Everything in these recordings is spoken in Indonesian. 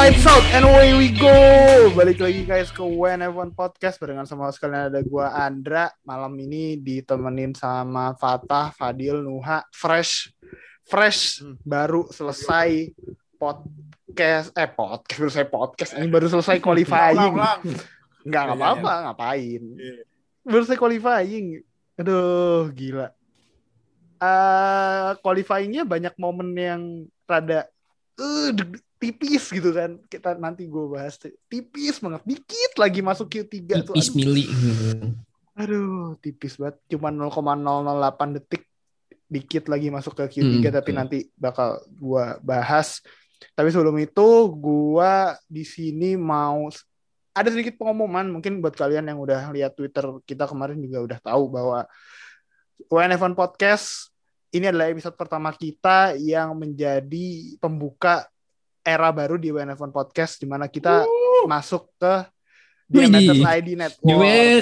Lights out and away we go. Balik lagi guys ke WNF1 Podcast. Barengan sama sekalian ada gua Andra. Malam ini ditemenin sama Fatah, Fadil, Nuha. Fresh baru selesai podcast. Ini baru selesai qualifying. Enggak apa-apa, ngapain. Baru selesai qualifying. Aduh, gila. Qualifyingnya banyak momen yang rada tipis gitu kan. Kita nanti gue bahas tipis banget, dikit lagi masuk Q3 tuh. Tipis mili. Aduh, tipis banget. Cuma 0,008 detik, dikit lagi masuk ke Q3, tapi nanti bakal gue bahas. Tapi sebelum itu gue di sini mau ada sedikit pengumuman. Mungkin buat kalian yang udah lihat Twitter kita kemarin juga udah tahu bahwa WNF1 Podcast ini adalah episode pertama kita yang menjadi pembuka era baru di WNF1 Podcast, di mana kita masuk ke Matters ID Network.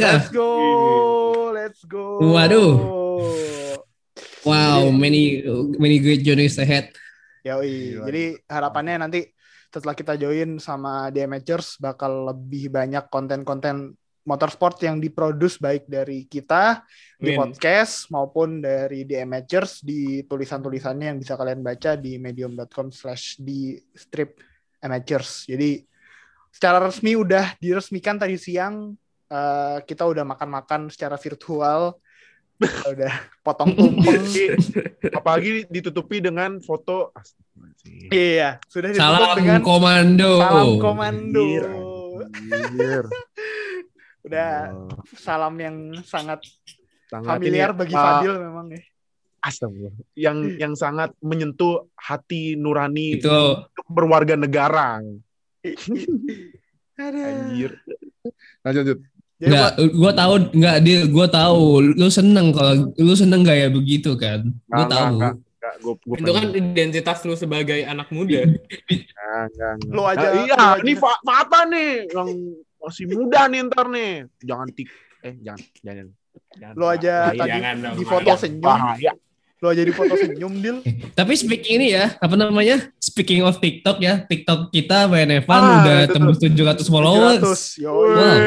Let's go. Waduh. Wow, many great journeys ahead. Jadi harapannya nanti setelah kita join sama The Amateurs bakal lebih banyak konten-konten motorsport yang diproduce baik dari kita di podcast maupun dari The Amateurs di tulisan-tulisannya yang bisa kalian baca di medium.com/di-amateurs. Jadi secara resmi udah diresmikan tadi siang, kita udah makan-makan secara virtual, udah potong tumpeng. Apalagi ditutupi dengan foto. Iya, sudah ditutup Salam dengan komando. Salam komando. Udah salam yang sangat familiar bagi Fadil memang ya. Astagfirullah. Yang sangat menyentuh hati nurani itu berwarga negara. Anjir. Lanjut. Gue tahu lu seneng kalau lu seneng gaya begitu kan. Gue tahu. Itu kan identitas lu sebagai anak muda. Enggak. Lu aja. Iya, ini Fata nih yang masih muda nih ntar nih. Jangan. Lu aja tadi di foto senyum. Bahaya. Lu aja di foto senyum, Dil. Tapi speaking ini ya, speaking of TikTok ya, TikTok kita WNF1 udah tembus 700 followers. 700. Wow.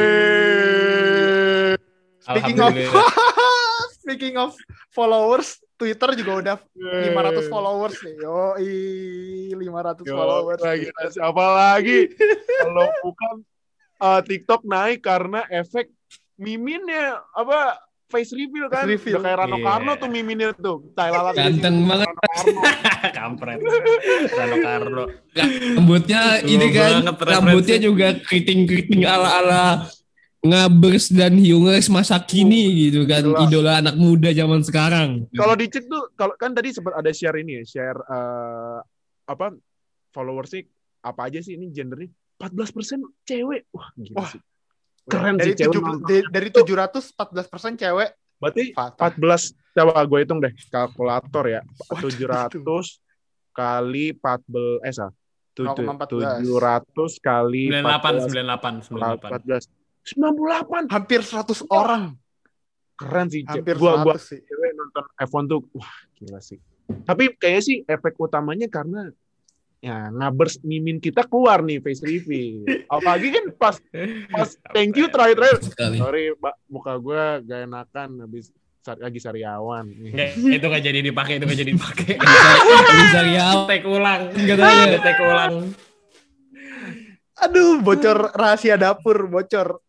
Speaking of followers, Twitter juga udah 500 followers nih. 500 followers. Siapa lagi? Kalau bukan TikTok naik karena efek miminnya face reveal kan. Udah kayak Rano Karno tuh miminnya tuh. Ganteng banget. Kampret. Rano Karno. Rambutnya ini kan, rambutnya juga keriting-keriting ala-ala Ngabers dan Hyungers masa kini gitu kan. Idola anak muda zaman sekarang. Kalau dicek tuh, kalau kan tadi sempat ada share followersnya apa aja sih ini gendernya? 14% cewek. Wah, gila sih. Keren dari sih cewek. Dari 700 14% cewek. Berarti 14, coba gue hitung deh kalkulator ya. 700 kali 14 700 kali 98. 98. Hampir 100 orang. Keren sih. Gua sih. Cewek nonton F1 tuh wah gila sih. Tapi kayaknya sih efek utamanya karena ya ngabers mimin kita keluar nih face reveal. Apalagi kan pas thank you terakhir. Sorry, Mbak, muka gue gak enakan habis lagi sariawan. Itu gak jadi dipakai. Sariawan. Take ulang. Aduh, bocor rahasia dapur, bocor.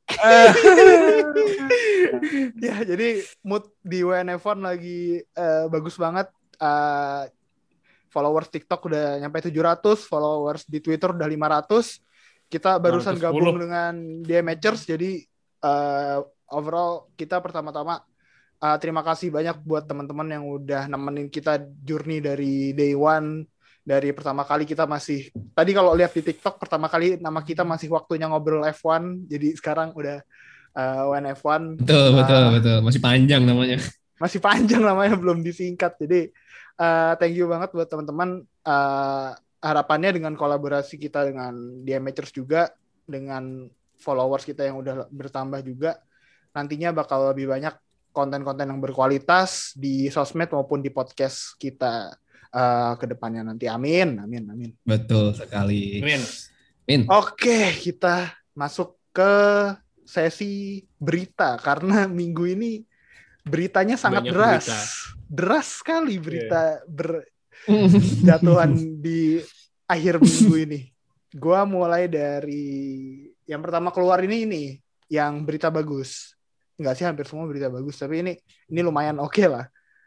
Ya, jadi mood di WNF1 lagi bagus banget. Followers TikTok udah nyampe 700, followers di Twitter udah 500. Kita barusan gabung dengan The Amateurs, jadi overall kita pertama-tama terima kasih banyak buat teman-teman yang udah nemenin kita journey dari day one. Dari pertama kali kita masih, tadi kalau lihat di TikTok pertama kali nama kita masih waktunya ngobrol F1, jadi sekarang udah WNF1. Betul. Masih panjang namanya. Belum disingkat. Jadi thank you banget buat teman-teman. Harapannya dengan kolaborasi kita dengan The Amateurs juga, dengan followers kita yang udah bertambah juga, nantinya bakal lebih banyak konten-konten yang berkualitas di sosmed maupun di podcast kita ke depannya nanti. Amin. Betul sekali. Amin. Oke, kita masuk ke sesi berita karena minggu ini beritanya sangat Banyak deras. berita. Deras sekali berita berjatuhan di akhir minggu ini. Gua mulai dari yang pertama keluar ini yang berita bagus. Enggak sih, hampir semua berita bagus, tapi ini lumayan oke lah.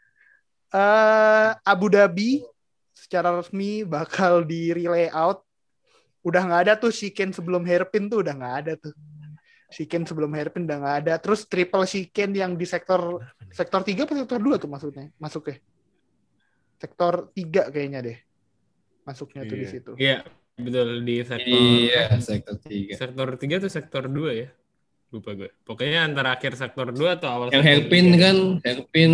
Abu Dhabi secara resmi bakal di relay out. Udah nggak ada tuh chicane sebelum hairpin tuh udah nggak ada tuh. Chicane sebelum hairpin udah nggak ada. Terus triple chicane yang di sektor 3 atau sektor 2 tuh masuknya. Sektor 3 kayaknya deh. Masuknya tuh di situ. Iya, betul di sektor. Iya, sektor 3. Sektor 3 atau sektor 2 ya? Lupa gue. Pokoknya antara akhir sektor 2 atau awal Yang hairpin kan, hairpin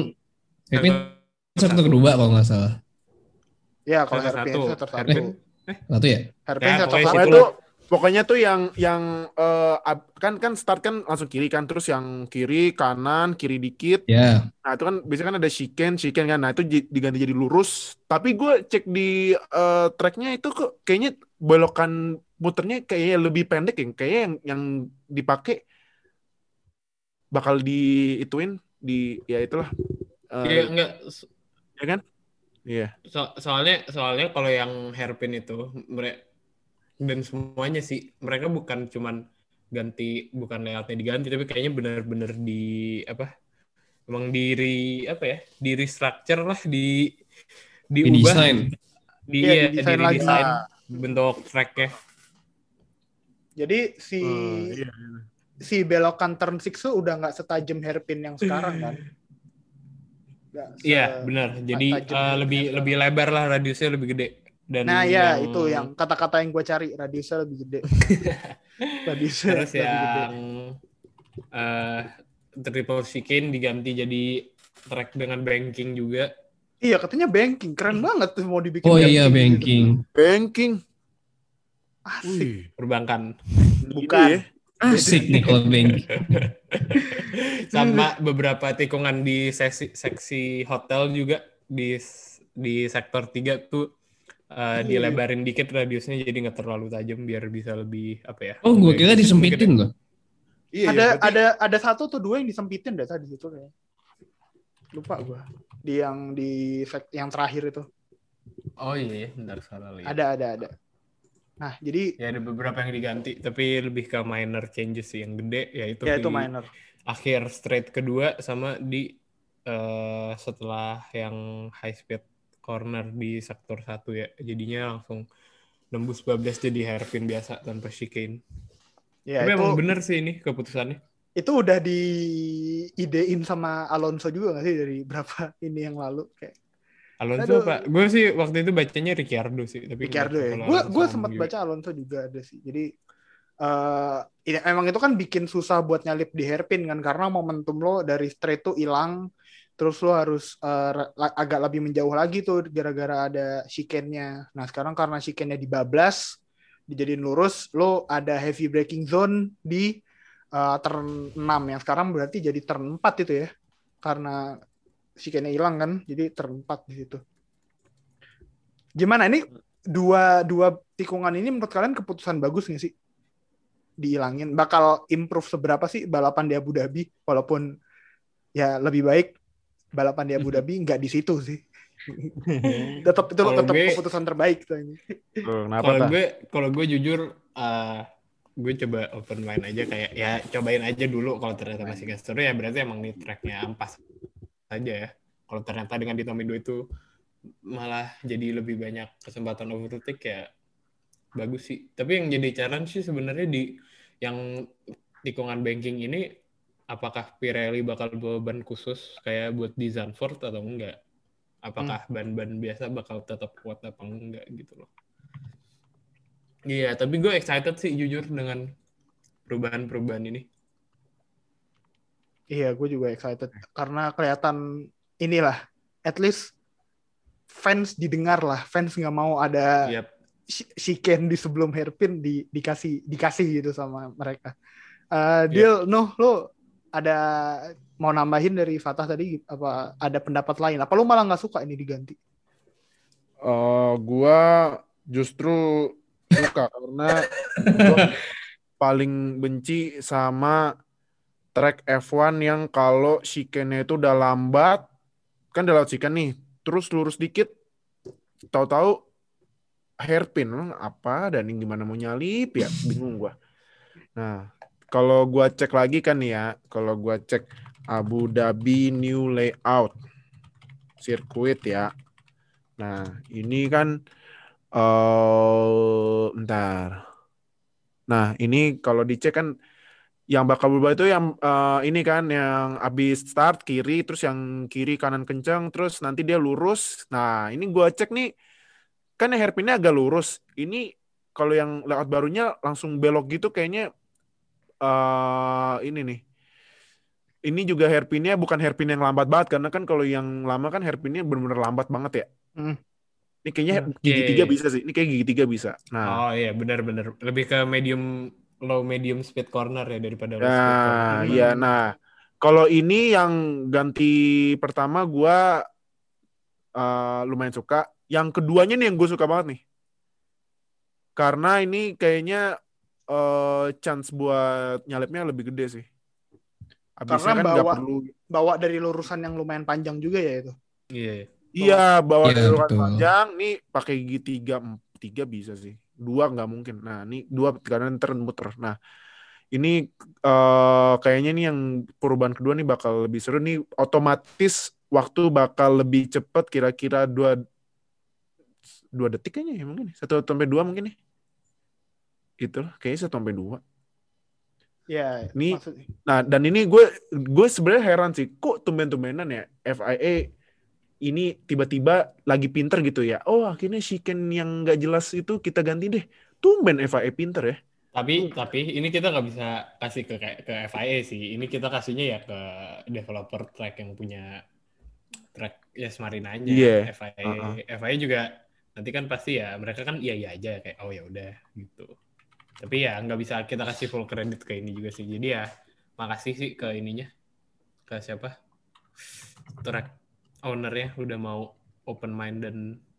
sektor 2 kalau nggak salah. Ya, kalau hairpin sektor 1. Satu ya? Hairpin sektor 1. Pokoknya tuh yang kan start kan langsung kiri kan, terus yang kiri kanan kiri dikit. Ya. Nah itu kan biasanya kan ada chicane kan. Nah itu diganti jadi lurus. Tapi gue cek di tracknya itu kok kayaknya belokan muternya kayaknya lebih pendek ya. Kayaknya yang dipakai bakal diituin di ya itulah. Iya enggak. Ya kan? Iya. Soalnya kalau yang hairpin itu dan semuanya sih mereka bukan cuman bukan layoutnya diganti, tapi kayaknya benar-benar emang di restructure lah, diubah, di redesign bentuk tracknya. Jadi si belokan turn 6 tuh udah nggak setajam hairpin yang sekarang kan? Iya benar. Jadi lebih lebar lah, radiusnya lebih gede. Dan nah ya itu yang kata-kata yang gue cari, radiusnya lebih gede. Terus yang triple chicane diganti jadi track dengan banking juga. Iya katanya banking, keren banget tuh mau dibikin. Oh iya banking. Gitu. Banking. Asik. Perbankan. Bukan. Ya. Asik nih kalau banking. Sama beberapa tikungan di seksi hotel juga di sektor 3 tuh. Dilebarin dikit radiusnya jadi nggak terlalu tajam biar bisa lebih Oh, gue kira disempitin loh. Iya, ada 1 atau 2 yang disempitin deh tadi itu kayak. Lupa gue. Yang terakhir itu. Oh iya, bentar salah lihat. Ada. Nah, jadi ya ada beberapa yang diganti tapi lebih ke minor changes sih. Yang gede yaitu itu minor. Akhir straight kedua sama di setelah yang high speed corner di sektor 1 ya. Jadinya langsung nembus bablas jadi hairpin biasa tanpa chicane. Ya, tapi emang bener sih ini keputusannya. Itu udah diidein sama Alonso juga nggak sih dari berapa ini yang lalu kayak. Alonso Pak, gue sih waktu itu bacanya Ricciardo sih. Tapi Ricciardo ya. Gue sempat baca Alonso juga ada sih. Jadi emang itu kan bikin susah buat nyalip di hairpin kan karena momentum lo dari straight tuh hilang. Terus lo harus agak lebih menjauh lagi tuh gara-gara ada chicane-nya. Nah sekarang karena chicane-nya dibablas, dijadiin lurus, lo ada heavy braking zone di turn 6 yang sekarang berarti jadi turn 4 itu ya. Karena chicane-nya hilang kan, jadi turn 4 di situ. Gimana ini dua tikungan ini menurut kalian keputusan bagus nggak sih? Dihilangin, bakal improve seberapa sih balapan di Abu Dhabi? Walaupun ya lebih baik balapan di Abu Dhabi nggak di situ sih. tetap keputusan terbaik tuh ini. Kalau gue jujur gue coba open mind aja kayak ya cobain aja dulu kalau ternyata masih gastor ya berarti emang nih tracknya ampas aja ya. Kalau ternyata dengan di Tommy 2 itu malah jadi lebih banyak kesempatan overtake ya bagus sih. Tapi yang jadi challenge sih sebenarnya di yang tikungan banking ini apakah Pirelli bakal bawa ban khusus kayak buat di Zandvoort atau enggak? Apakah ban-ban biasa bakal tetap kuat apa enggak gitu loh. Iya, tapi gue excited sih jujur dengan perubahan-perubahan ini. Iya, gue juga excited karena kelihatan inilah at least fans didengar lah. Fans nggak mau ada chicane di sebelum hairpin dikasih gitu sama mereka. Deal, lo ada mau nambahin dari Fatah tadi apa ada pendapat lain? Apa lo malah nggak suka ini diganti? Gua justru suka karena gue paling benci sama track F1 yang kalau chicane itu udah lambat, kan udah lewat chicane nih, terus lurus dikit, tahu-tahu hairpin, apa dan ini gimana mau nyalip ya, bingung gue. Nah, kalau gue cek lagi kan ya, kalau gue cek Abu Dhabi New Layout sirkuit ya. Nah, ini kan bentar. Nah, ini kalau dicek kan yang bakal berubah itu yang ini kan yang abis start kiri, terus yang kiri kanan kenceng, terus nanti dia lurus. Nah, ini gue cek nih, kan hairpinnya agak lurus. Ini kalau yang layout barunya langsung belok gitu kayaknya ini nih. Ini juga hairpinnya bukan hairpin yang lambat banget, karena kan kalau yang lama kan hairpinnya benar-benar lambat banget ya. Ini kayaknya gigi 3 bisa sih. Ini kayak gigi 3 bisa. Nah. Oh iya, benar-benar. Lebih ke low medium speed corner ya daripada low speed corner. Nah, iya. Nah, kalau ini yang ganti pertama gue lumayan suka. Yang keduanya nih yang gue suka banget nih. Karena ini kayaknya chance buat nyalipnya lebih gede sih. Abisnya karena kan bawa dari lurusan yang lumayan panjang juga ya itu. Iya, bawa dari lurusan panjang. Nih pakai gigi 3 bisa sih. 2 nggak mungkin. Nah, ini 2 karena ntar muter. Nah, ini kayaknya nih yang perubahan kedua nih bakal lebih seru nih. Otomatis waktu bakal lebih cepat, kira-kira 2 detik kayaknya ya mungkin. 1-2 mungkin nih. Gitu lah, kayaknya 1-2. Ya, nih. Nah, dan ini gue sebenarnya heran sih, kok tumben-tumbenan ya FIA ini tiba-tiba lagi pinter gitu ya. Oh, akhirnya chicane yang nggak jelas itu kita ganti deh. Tumben FIA pinter ya. Tapi ini kita nggak bisa kasih ke FIA sih. Ini kita kasihnya ya ke developer track yang punya track Yas Marinanya. Yeah. FIA juga nanti kan pasti ya mereka kan iya aja kayak oh ya udah gitu. Tapi ya nggak bisa kita kasih full credit ke ini juga sih. Jadi ya makasih sih ke ininya. Ke siapa? Track ownernya udah mau open mind dan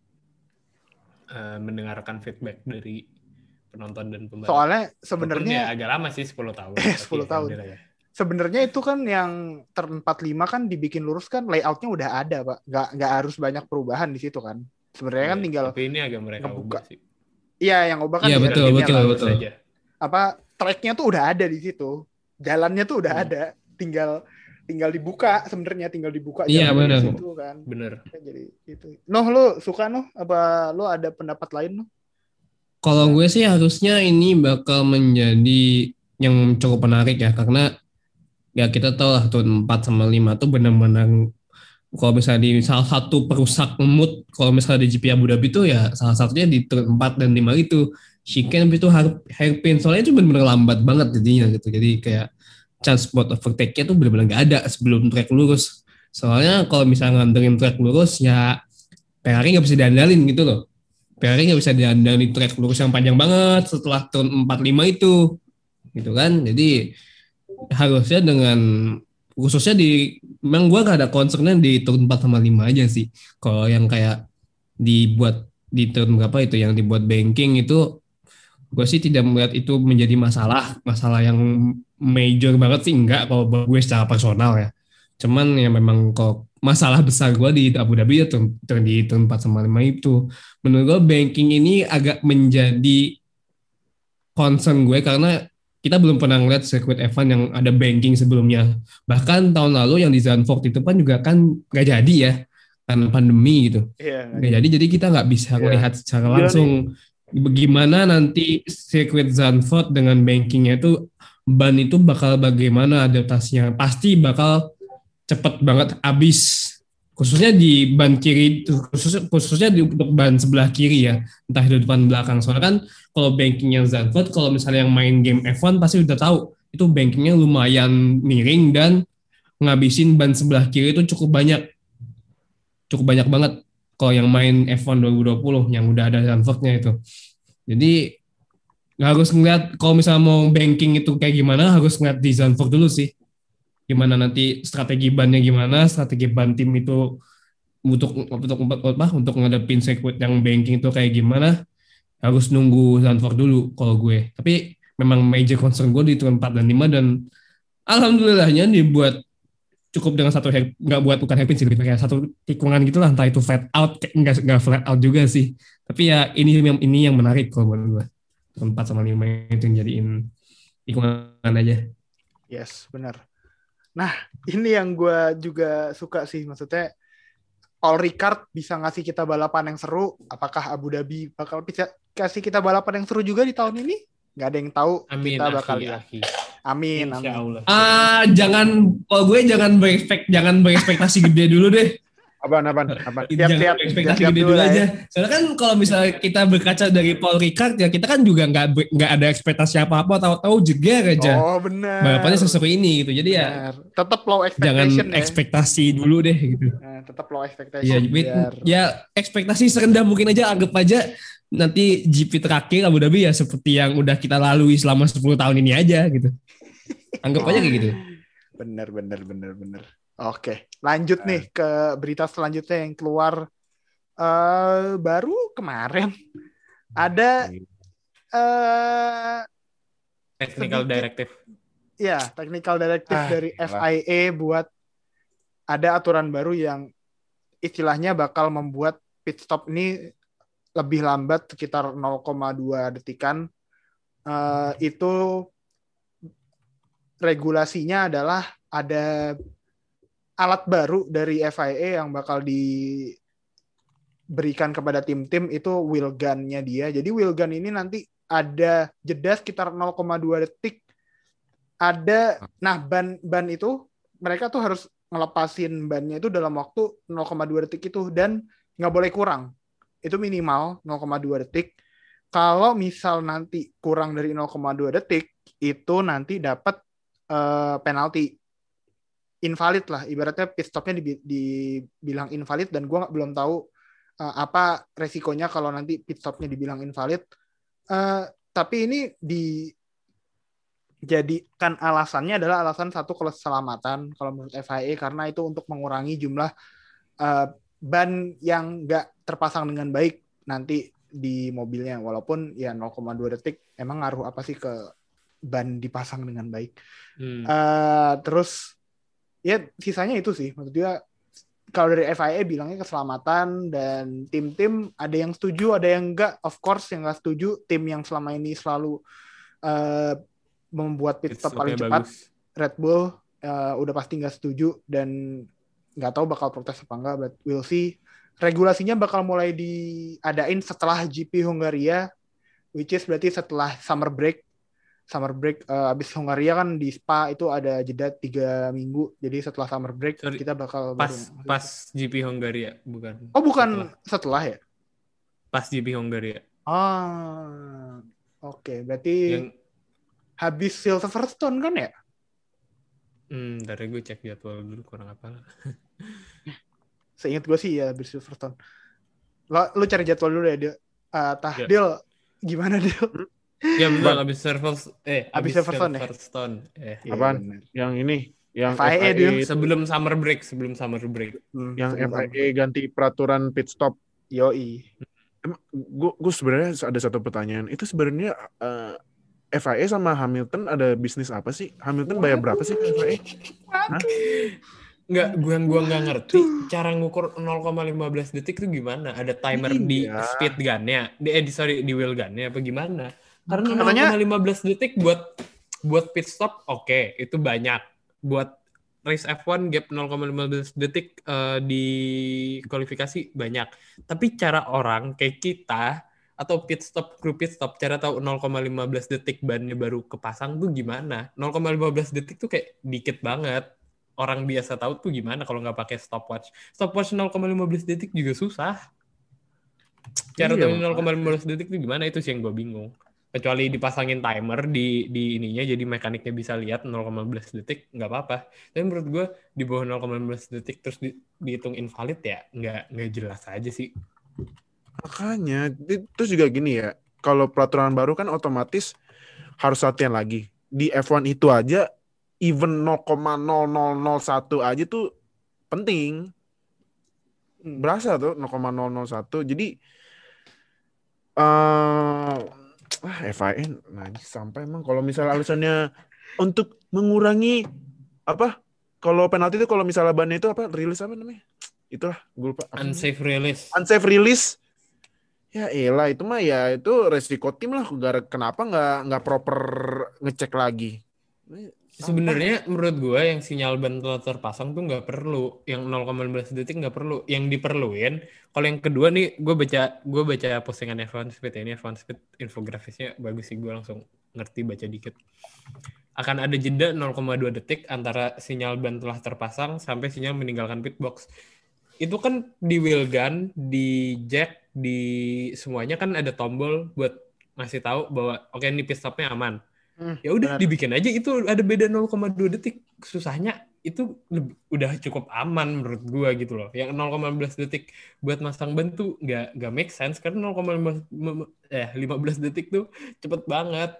mendengarkan feedback dari penonton dan pembalap. Soalnya sebenarnya ya agak lama sih 10 tahun. 10 tahun. Ya. Sebenarnya itu kan yang turn 45 kan dibikin lurus kan layoutnya udah ada, Pak. Nggak harus banyak perubahan di situ kan. Sebenarnya kan tinggal tapi ini agak mereka ubah sih. Iya, yang ubah kan betul. Saja. Apa tracknya tuh udah ada di situ. Jalannya tuh udah ada. Tinggal dibuka sebenarnya, Iya, benar. Situ kan. Bener. Jadi itu. Lu suka apa lu ada pendapat lain Kalau gue sih harusnya ini bakal menjadi yang cukup menarik ya, karena ya kita tahu lah turn 4 sama 5 tuh benar-benar kalau misalnya di salah satu perusak mood, kalau misalnya di GP Abu Dhabi itu ya salah satunya di turn 4 dan 5 itu chicane itu hairpin, soalnya itu benar-benar lambat banget jadinya gitu. Jadi kayak chance buat overtake-nya tuh benar-benar nggak ada sebelum track lurus. Soalnya kalau misalnya nganterin track lurus ya Ferrari nggak bisa diandalin gitu loh. Ferrari nggak bisa diandalin track lurus yang panjang banget setelah turn 4-5 itu gitu kan. Jadi harusnya dengan khususnya memang gue gak ada concernnya di turn 4 sama 5 aja sih. Kalau yang kayak dibuat di turn berapa itu yang dibuat banking itu gue sih tidak melihat itu menjadi masalah yang major banget sih, enggak kalau gue secara personal ya. Cuman ya memang kok masalah besar gue di Abu Dhabi ya di turn 4 sama 5 itu. Menurut gue banking ini agak menjadi concern gue karena kita belum pernah ngeliat sirkuit F1 yang ada banking sebelumnya. Bahkan tahun lalu yang di Zandvoort itu kan juga kan nggak jadi ya, karena pandemi gitu. Nggak jadi kita nggak bisa melihat secara langsung bagaimana nanti sirkuit Zandvoort dengan bankingnya itu, ban itu bakal bagaimana adaptasinya. Pasti bakal cepet banget habis. Khususnya di ban kiri, khususnya untuk ban sebelah kiri ya, entah di depan belakang. Soalnya kan kalau bankingnya Zandvoort, kalau misalnya yang main game F1 pasti udah tahu itu bankingnya lumayan miring dan ngabisin ban sebelah kiri itu cukup banyak banget kalau yang main F1 2020 yang udah ada Zandvoortnya itu. Jadi harus ngeliat kalau misalnya mau banking itu kayak gimana, harus ngeliat di Zandvoort dulu sih. Gimana nanti strategi bannya gimana, strategi ban tim itu untuk ngadepin sirkuit yang banking itu kayak gimana, harus nunggu Zandvoort dulu kalau gue. Tapi memang major concern gue di turun 4 dan 5 dan alhamdulillahnya dibuat cukup dengan satu nggak buat bukan hairpin sih, kayak satu tikungan gitulah, entah itu flat out nggak flat out juga sih, tapi ya ini yang menarik kalau buat gue, turun 4 sama 5 itu yang jadiin tikungan aja. Yes, benar. Nah, ini yang gue juga suka sih, maksudnya Paul Ricard bisa ngasih kita balapan yang seru. Apakah Abu Dhabi bakal bisa kasih kita balapan yang seru juga di tahun ini? Gak ada yang tahu. Amin, kita bakal lihat. Amin, Insya amin. Allah. Kalau gue jangan berekspektasi gede dulu deh. Apaan? Jangan ekspektasi gede dulu aja. Soalnya kan kalau misalnya kita berkaca dari Paul Ricard ya, kita kan juga nggak ada ekspektasi apa-apa, tahu-tahu jeger aja. Oh benar. Balapannya seseru ini gitu. Jadi ya tetap low jangan expectation ekspektasi dulu deh gitu. Tetap low expectation. Ya ekspektasi serendah mungkin aja, anggap aja nanti GP terakhir Abu Dhabi ya seperti yang udah kita lalui selama 10 tahun ini aja gitu. Anggap aja kayak gitu. Bener. Oke, lanjut nih ke berita selanjutnya yang keluar baru kemarin. Ada technical directive. Ya, technical directive dari FIA buat ada aturan baru yang istilahnya bakal membuat pit stop ini lebih lambat sekitar 0,2 detikan. Itu regulasinya adalah ada alat baru dari FIA yang bakal diberikan kepada tim-tim, itu wheel gun-nya dia. Jadi wheel gun ini nanti ada jeda sekitar 0,2 detik. Ban itu mereka tuh harus ngelepasin bannya itu dalam waktu 0,2 detik itu, dan nggak boleh kurang. Itu minimal 0,2 detik. Kalau misal nanti kurang dari 0,2 detik, itu nanti dapat penalti. Invalid lah, ibaratnya pit stopnya dibilang invalid, dan gue belum tahu apa resikonya kalau nanti pit stopnya dibilang invalid. Tapi ini dijadikan alasannya adalah alasan satu keselamatan kalau menurut FIA, karena itu untuk mengurangi jumlah ban yang nggak terpasang dengan baik nanti di mobilnya. Walaupun ya 0,2 detik emang ngaruh apa sih ke ban dipasang dengan baik. Terus ya sisanya itu sih, maksudnya kalau dari FIA bilangnya keselamatan, dan tim-tim ada yang setuju, ada yang enggak. Of course yang enggak setuju tim yang selama ini selalu membuat pit stop paling cepat, Red Bull, udah pasti enggak setuju dan nggak tahu bakal protes apa enggak, but we'll see. Regulasinya bakal mulai diadain setelah GP Hungaria, which is berarti setelah summer break. Abis Hungaria kan di Spa itu ada jeda 3 minggu. Jadi setelah summer break kita bakal pas GP Hungaria bukan? Oh bukan setelah ya? Pas GP Hungaria. Oke. Berarti habis Silverstone kan ya? Dari gue cek jadwal dulu, kurang apa. Seingat gue sih ya habis Silverstone. Lu cari jadwal dulu ya, Dil. Dil, gimana Dil? Ya betul, abis Silverstone. Apaan? Yang ini, yang FIA sebelum summer break. Yang FIA ganti peraturan pit stop. Yoi. Gue sebenarnya ada satu pertanyaan. Itu sebenarnya FIA sama Hamilton ada bisnis apa sih? Hamilton bayar berapa sih ke FIA? Nggak, gue nggak ngerti cara ngukur 0,15 detik itu gimana. Ada timer di speed gun-nya, di wheel gun-nya apa gimana? Karena 0,15 detik buat pit stop, oke, itu banyak. Buat race F1 gap 0,15 detik di kualifikasi banyak. Tapi cara orang kayak kita atau kru pit stop cara tahu 0,15 detik bannya baru kepasang tuh gimana? 0,15 detik tuh kayak dikit banget. Orang biasa tahu tuh gimana kalau nggak pakai stopwatch. Stopwatch 0,15 detik juga susah. Cara tahu 0,15 detik tuh gimana, itu sih yang gue bingung. Kecuali dipasangin timer di ininya, jadi mekaniknya bisa lihat 0,15 detik, nggak apa-apa. Tapi menurut gue di bawah 0,15 detik terus dihitung invalid ya nggak jelas aja sih. Makanya, terus juga gini ya, kalau peraturan baru kan otomatis harus latihan lagi. Di F1 itu aja, even 0,0001 aja tuh penting. Berasa tuh 0,001. Jadi FIA najis sampai emang kalau misalnya alasannya untuk mengurangi apa? Kalau penalti itu kalau misalnya bannya itu apa? Rilis apa namanya? Itulah, gue lupa. Unsafe release. Unsafe release. Ya elah itu mah ya itu resiko tim lah. Kenapa nggak proper ngecek lagi? Sebenarnya menurut gue yang sinyal ban telah terpasang tuh nggak perlu, yang 0,15 detik nggak perlu. Yang diperluin, kalau yang kedua nih gue baca postingan F1 Speed ini, F1 Speed infografisnya bagus sih, gue langsung ngerti baca dikit. Akan ada jeda 0,2 detik antara sinyal ban telah terpasang sampai sinyal meninggalkan pit box. Itu kan di wheel gun, di jack, di semuanya kan ada tombol buat ngasih tahu bahwa oke ini pit stopnya aman. Ya udah dibikin aja itu ada beda 0,2 detik. Susahnya itu udah cukup aman menurut gua gitu loh. Yang 0,15 detik buat masang ban tuh nggak make sense karena 0,15 detik tuh cepet banget.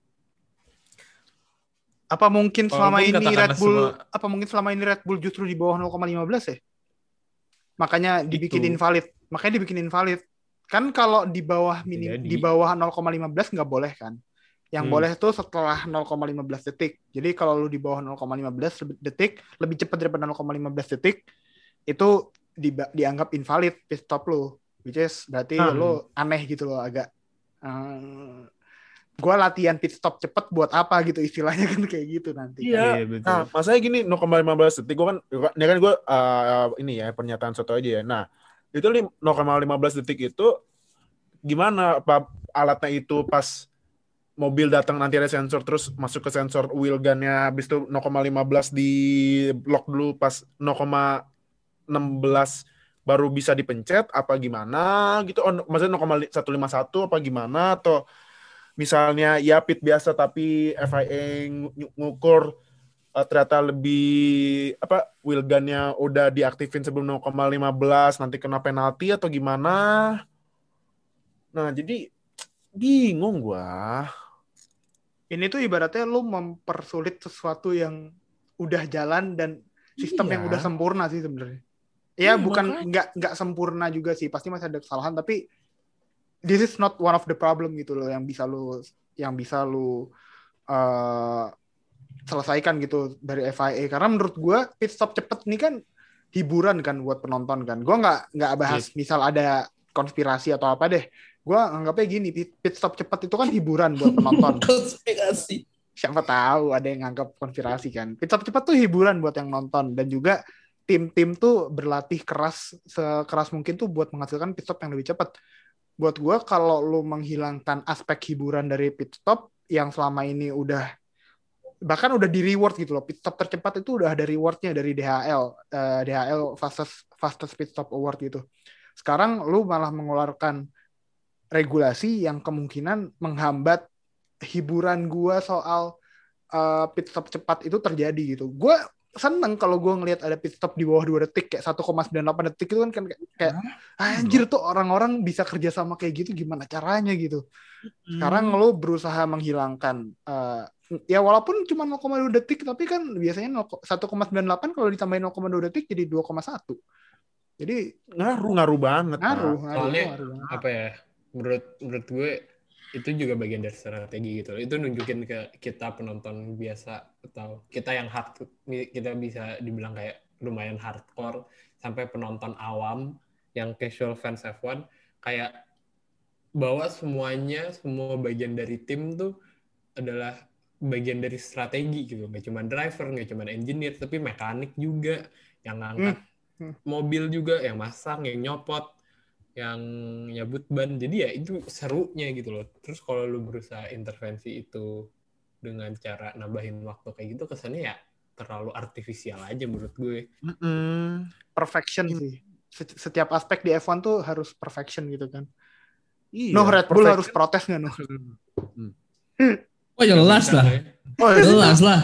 Apa mungkin selama Walaupun ini katakanlah Red Bull semua- apa mungkin selama ini Red Bull justru di bawah 0,15 ya? Makanya dibikin Itu. invalid. Makanya dibikin invalid. Kan kalau di bawah Jadi. di bawah 0,15 nggak boleh kan? Yang boleh tuh setelah 0,15 detik. Jadi kalau lu di bawah 0,15 detik lebih cepat daripada 0,15 detik itu dianggap invalid pit stop lu. Which is berarti lu aneh gitu loh agak. Gue latihan pit stop cepet buat apa gitu istilahnya kan kayak gitu nanti. Iya. betul. Nah, masalahnya gini 0,15 detik gue kan gue ini ya pernyataan satu aja ya. Nah, itu 0,15 detik itu gimana apa alatnya itu pas mobil datang nanti ada sensor terus masuk ke sensor wheel gun-nya habis itu 0,15 di lock dulu pas 0,16 baru bisa dipencet apa gimana gitu. Maksudnya 0,151 apa gimana atau misalnya ya pit biasa tapi FIA ngukur ternyata lebih apa wheel gun-nya udah diaktifin sebelum 0,15 nanti kena penalti atau gimana. Nah, jadi bingung gua. Ini tuh ibaratnya lu mempersulit sesuatu yang udah jalan dan sistem yang udah sempurna sih sebenarnya. Ya bukan nggak sempurna juga sih, pasti masih ada kesalahan tapi this is not one of the problem gitu loh yang bisa lu selesaikan gitu dari FIA karena menurut gue pit stop cepet ini kan hiburan kan buat penonton kan. Gue nggak bahas misal ada konspirasi atau apa deh. Gue anggapnya gini, pit stop cepat itu kan hiburan buat penonton. Konspirasi. Siapa tahu ada yang nganggap konspirasi kan. Pit stop cepat tuh hiburan buat yang nonton dan juga tim-tim tuh berlatih sekeras mungkin tuh buat menghasilkan pit stop yang lebih cepat. Buat gue kalau lu menghilangkan aspek hiburan dari pit stop yang selama ini bahkan udah di reward gitu loh. Pit stop tercepat itu udah ada rewardnya dari DHL fastest pit stop award gitu. Sekarang lu malah mengeluarkan regulasi yang kemungkinan menghambat hiburan gue soal pit stop cepat itu terjadi gitu. Gue seneng kalau gue ngelihat ada pit stop di bawah 2 detik kayak 1,98 detik itu kan kayak anjir tuh orang-orang bisa kerja sama kayak gitu gimana caranya gitu. Sekarang lo berusaha menghilangkan ya walaupun cuma 0,2 detik tapi kan biasanya 1,98 kalau ditambahin 0,2 detik jadi 2,1. Jadi ngaruh banget. Soalnya apa ya? Menurut gue itu juga bagian dari strategi gitu. Itu nunjukin ke kita penonton biasa atau kita yang kita bisa dibilang kayak lumayan hardcore sampai penonton awam yang casual fans F1 kayak bahwa semua bagian dari tim tuh adalah bagian dari strategi gitu. Nggak cuma driver, nggak cuma engineer, tapi mekanik juga yang ngangkat mobil juga, yang masang, yang nyopot, yang nyabut ban. Jadi ya itu serunya gitu loh. Terus kalau lu berusaha intervensi itu dengan cara nambahin waktu kayak gitu, kesannya ya terlalu artifisial aja menurut gue. Perfection sih. Setiap aspek di F1 tuh harus perfection gitu kan. Iya, Red Bull harus protes nggak Nuh? Oh jelas lah. Jelas lah.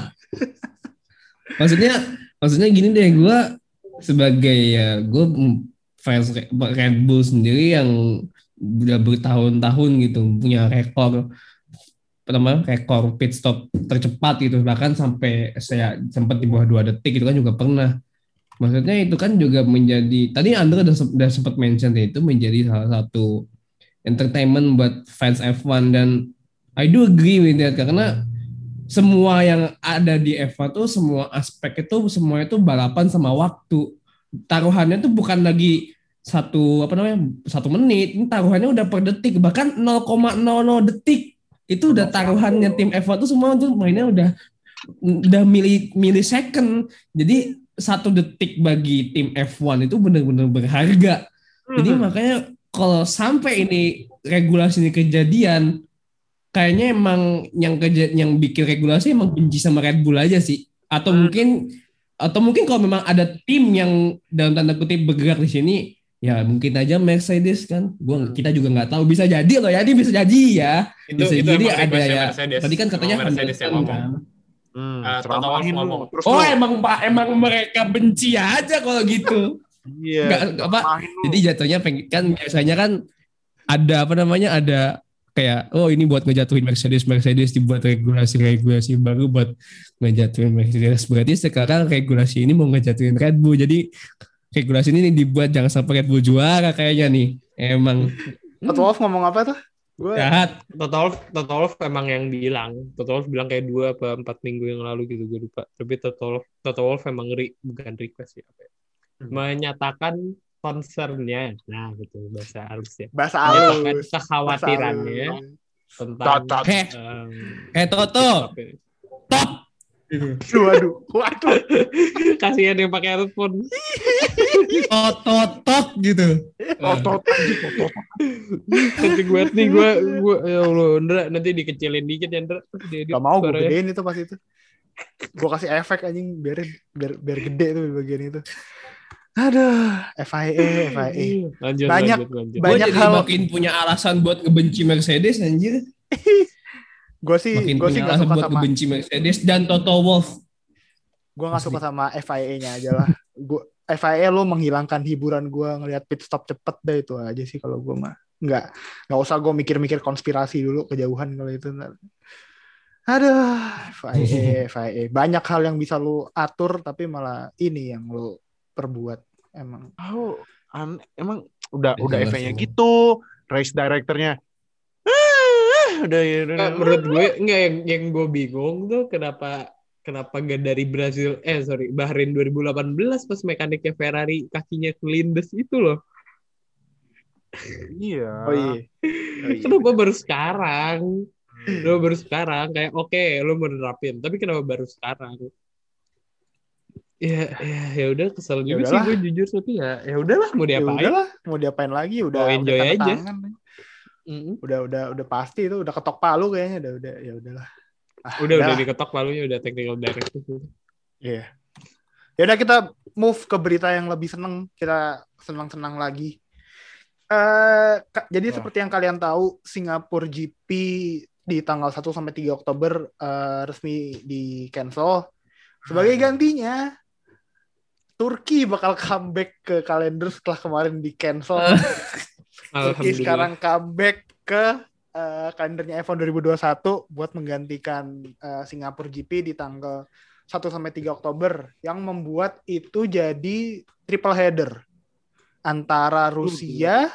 Maksudnya gini deh, gue sebagai gue fans Red Bull sendiri yang udah bertahun-tahun gitu punya rekor pit stop tercepat gitu, bahkan sampai saya sempat di bawah 2 detik itu kan juga pernah. Maksudnya itu kan juga menjadi, tadi Andre udah sempat mention itu menjadi salah satu entertainment buat fans F1 dan I do agree with that karena semua yang ada di F1 tuh semua aspek itu semua itu balapan sama waktu. Taruhannya tuh bukan lagi satu menit, ini taruhannya udah per detik bahkan 0,00 detik. Itu udah taruhannya tim F1 tuh semua tuh mainnya udah millisecond. Jadi 1 detik bagi tim F1 itu benar-benar berharga. Jadi makanya kalau sampai ini regulasi ini kejadian, kayaknya emang yang bikin regulasi emang benci sama Red Bull aja sih. Atau mungkin kalau memang ada tim yang dalam tanda kutip bergerak di sini, ya mungkin aja Mercedes kan. Kita juga nggak tahu, bisa jadi loh ya, ini bisa jadi ya. Itu jadi emang ada ya. Mercedes. Tadi kan katanya Mercedes yang ngomong. Kan. Toto Wolff ngomong. Emang mereka benci aja kalau gitu. Iya. Jadi jatuhnya kan biasanya kan ada ada kayak ini buat ngejatuhin Mercedes dibuat regulasi baru buat ngejatuhin Mercedes. Berarti sekarang regulasi ini mau ngejatuhin Red Bull. Jadi regulasi ini dibuat jangan sampai Red Bull juara kayaknya nih. Emang. Toto Wolff ngomong apa tuh? Jahat. Toto Wolff emang yang bilang. Toto Wolff bilang kayak 2 atau 4 minggu yang lalu gitu, gue lupa. Tapi Toto Wolff emang bukan request ya. Menyatakan concern-nya. Nah, gitu bahasa halusnya. Bahasa halus. Kekhawatirannya tentang Toto. Top. Waduh. Kasihan yang pakai headphone. Top gitu. Nanti gue ya Allah, Ndra, nanti dikecilin dikit ya, Ndra. Gak mau gue gedein itu pas itu. Gue kasih efek anjing biar gede tuh di bagian itu. Aduh, FIA. Lanjut. Banyak hal makin punya alasan buat ngebenci Mercedes anjir. Gue sih nggak suka sama ngebenci Mercedes dan Toto Wolff. Gue nggak suka sama FIA-nya aja lah. FIA lo menghilangkan hiburan gue ngelihat pit stop cepet deh, itu aja sih kalau gue mah. Nggak usah gue mikir-mikir konspirasi dulu kejauhan kalau itu. Aduh, FIA. Banyak hal yang bisa lo atur tapi malah ini yang lo perbuat emang. Emang udah FIA-nya gitu, race directornya. Menurut gue enggak, yang gue bingung tuh kenapa gak dari Bahrain 2018 pas mekaniknya Ferrari kakinya kelindes itu loh. Iya. Oh iya. Kenapa baru sekarang? Kayak oke, lo mau nerapin, tapi kenapa baru sekarang? Ya udah, kesel juga sih gue jujur, tapi ya udahlah, mau diapain lagi, udah enjoy aja. Udah pasti itu udah ketok palu kayaknya, udah ya udahlah. Udah diketok palunya, udah technical directive. Iya. Ya udah, kita move ke berita yang lebih seneng, kita senang-senang lagi. Jadi seperti yang kalian tahu, Singapore GP di tanggal 1 sampai 3 Oktober resmi di cancel. Sebagai gantinya Turki bakal comeback ke kalender setelah kemarin di cancel. Turki sekarang comeback ke kalendernya F1 2021 buat menggantikan Singapore GP di tanggal 1 sampai 3 Oktober yang membuat itu jadi triple header antara Rusia,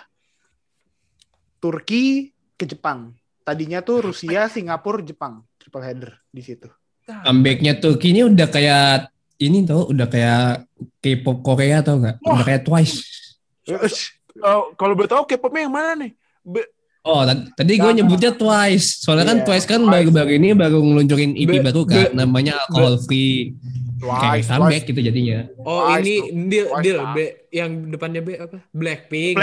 Turki ke Jepang. Tadinya tuh Rusia, Singapura, Jepang, triple header di situ. Comebacknya Turki ini udah kayak ini tau, udah kayak K-pop Korea tau nggak? Udah kayak Twice. Kalau boleh tahu K-popnya yang mana nih? Tadi gue nyebutnya Twice. Soalnya kan Twice kan baru-baru ini baru ngeluncurin EP baru kan, namanya Alcohol Free. Kayak comeback gitu jadinya. Ini deal B yang depannya B apa? Blackpink.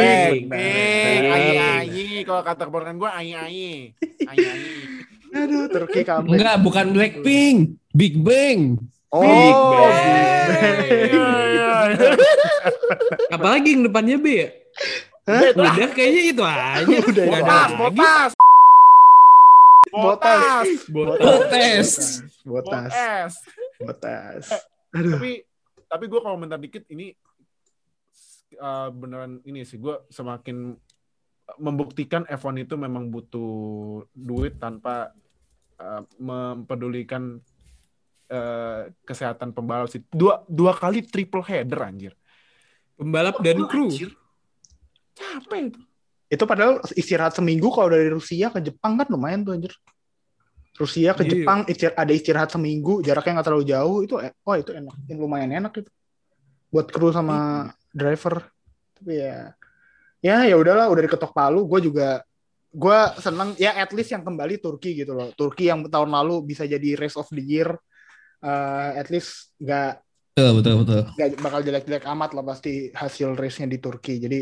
Ai. Kalau kata keponakan gue ai. Aduh, Turki comeback. Enggak, bukan Blackpink, Big Bang. Big Bang. Apalagi yang depannya B ya? Udah kayaknya itu aja. Botas. Tapi gue kalau komentar dikit ini beneran ini sih, gue semakin membuktikan F1 itu memang butuh duit tanpa mempedulikan kesehatan pembalap sih. Dua kali triple header anjir. Pembalap dan kru. Capek itu. Itu padahal istirahat seminggu kalau dari Rusia ke Jepang kan lumayan tuh anjir. Rusia ke Jepang ada istirahat seminggu, jaraknya nggak terlalu jauh, itu itu enak, lumayan enak itu buat kru sama driver. Tapi ya udahlah, udah diketok palu. Gue seneng ya, at least yang kembali Turki gitu loh. Turki yang tahun lalu bisa jadi race of the year, at least nggak Betul. nggak bakal jelek-jelek amat lah pasti hasil race-nya di Turki. Jadi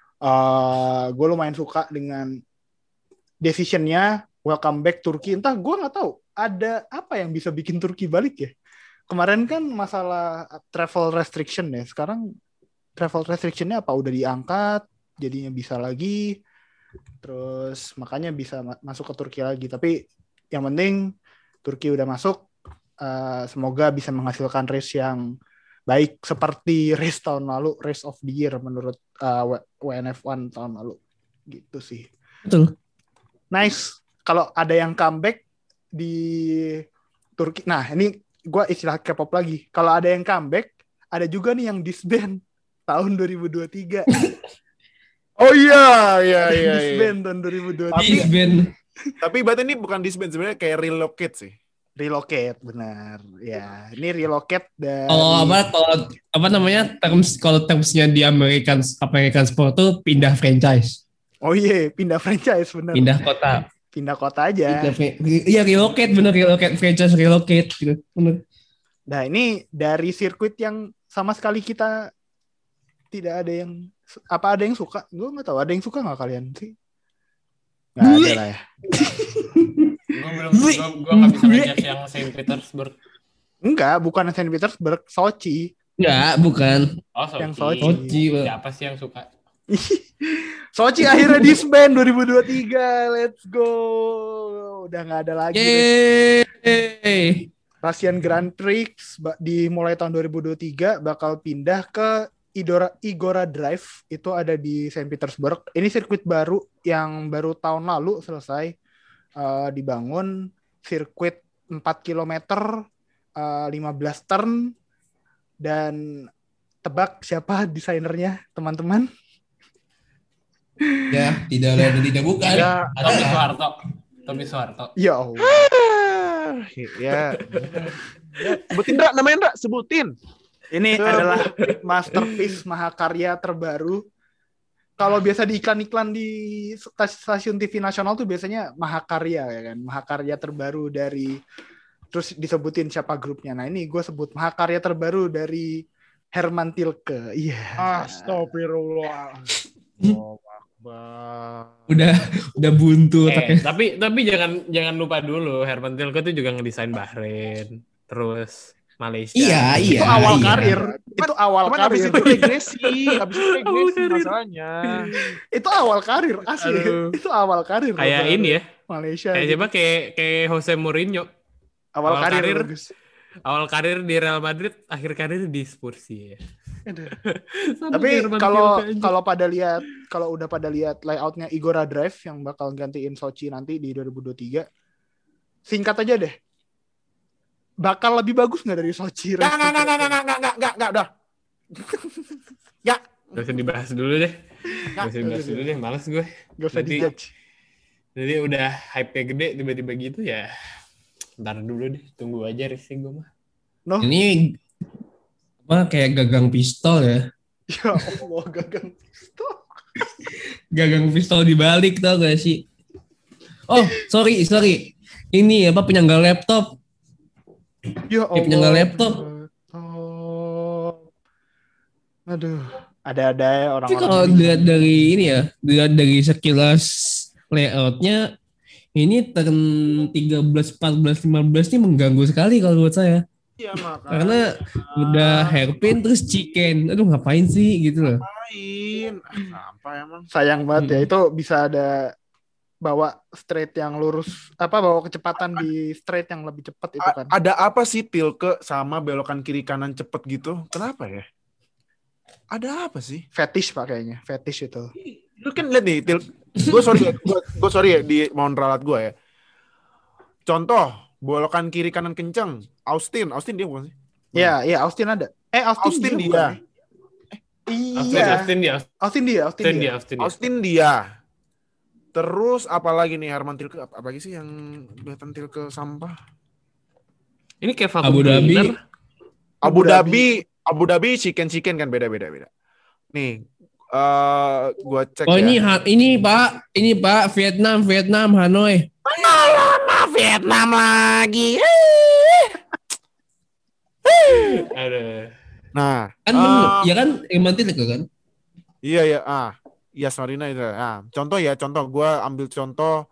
gue lumayan suka dengan decision-nya. Welcome back Turki. Entah, gue nggak tahu ada apa yang bisa bikin Turki balik ya. Kemarin kan masalah travel restriction ya. Sekarang travel restriction-nya apa udah diangkat, jadinya bisa lagi. Terus makanya bisa masuk ke Turki lagi. Tapi yang penting Turki udah masuk. Semoga bisa menghasilkan race yang baik seperti race tahun lalu, race of the year menurut WNF1 tahun lalu. Gitu sih. Betul. Nice. Kalau ada yang comeback di Turki. Nah, ini gue istilah K-pop lagi. Kalau ada yang comeback, ada juga nih yang disband tahun 2023. Oh iya. Disband tahun 2023. Disband. Tapi berarti ini bukan disband, sebenarnya kayak relocate sih. Relocate, benar. Ya, ini relocate dari Kalau apa namanya, kalau termsnya di American Sport tuh pindah franchise. Oh iya, pindah franchise, benar. Pindah kota aja. Iya, relocate, bener, franchise relocate gitu. Bener. Nah, ini dari sirkuit yang sama sekali kita tidak ada yang, apa ada yang suka? Gue nggak tahu, ada yang suka nggak kalian sih? Nggak ada lah ya. Gue nggak bisa ngejudge yang Saint Petersburg. Enggak, bukan Saint Petersburg, Sochi. Enggak, bukan. Oh, Sochi. Yang Sochi. Siapa sih yang suka? Sochi akhirnya disband 2023. Let's go. Udah nggak ada lagi. Yeay. Russian Grand Prix dimulai tahun 2023 bakal pindah ke Igora Drive. Itu ada di Saint Petersburg. Ini sirkuit baru yang baru tahun lalu selesai dibangun. Sirkuit 4 km, 15 turn. Dan tebak siapa desainernya, teman-teman? Ya, tidak bukan. Ya, Tommy Soeharto. Ya Allah. Ya. Sebutin, Indra, namanya Indra, sebutin. Ini adalah masterpiece mahakarya terbaru. Kalau biasa di iklan-iklan di stasiun TV nasional tuh biasanya mahakarya ya kan, mahakarya terbaru dari, terus disebutin siapa grupnya. Nah ini gue sebut mahakarya terbaru dari Herman Tilke. Iya. Astagfirullah. Udah buntu otaknya. Tapi jangan lupa dulu, Herman Tilke tuh juga ngedesain Bahrain, terus Malaysia. Iya. Itu awal karir. Habis itu regresi masalahnya. Itu awal karir asli. Itu awal karir. Kayak ini ya. Malaysia. Kayak siapa? Kayak Jose Mourinho. Awal karir. Awal karir di Real Madrid, akhir karir di Spurs ya. Tapi kalau udah pada lihat layoutnya Igora Drive yang bakal gantiin Sochi nanti di 2023, singkat aja deh, bakal lebih bagus nggak dari Sochi? Nggak udah. Gak usah dibahas dulu deh. Males gue. Gak usah dijudge. Jadi udah hype-nya gede, tiba-tiba gitu ya. Ntar dulu deh, tunggu aja racing gue mah. No? Ini kayak gagang pistol ya. Ya Allah, gagang pistol. Gagang pistol dibalik, tau gak sih? Oh, sorry. Ini penyangga laptop. Ya Allah. Penyangga laptop. Aduh, ada ya orang-orang. Tapi kalau dilihat dari ini ya, dilihat dari sekilas layoutnya, ini turn 13, 14, 15 ini mengganggu sekali kalau buat saya. Iya, karena udah hairpin terus chicken. Aduh, ngapain sih gitu loh. Apa emang? Sayang banget ya, itu bisa ada bawa straight yang lurus, bawa kecepatan di straight yang lebih cepat itu kan. Ada apa sih Tilke sama belokan kiri kanan cepet gitu? Kenapa ya? Ada apa sih? Fetish Pak kayaknya, fetish itu. Lu kan lihat nih, gue sorry ya di mohon ralat gue ya. Contoh, belokan kiri kanan kenceng. Austin dia bukan sih? Iya, Austin ada. Austin dia. Iya. Austin dia. Austin dia. Terus apa lagi nih Herman Tilke? Apa lagi sih yang kelihatan Tilke sampah? Ini kayak vacuum Abu Dhabi. cleaner. Abu Dhabi chicken kan beda. Nih, gua cek Oh ya. ini Pak Vietnam Hanoi. Lama Vietnam lagi. Aduh. Nah, Kan ya kan Mantil kan? iya. Iya Marina itu. Contoh gue ambil contoh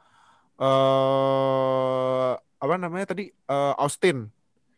apa namanya tadi Austin.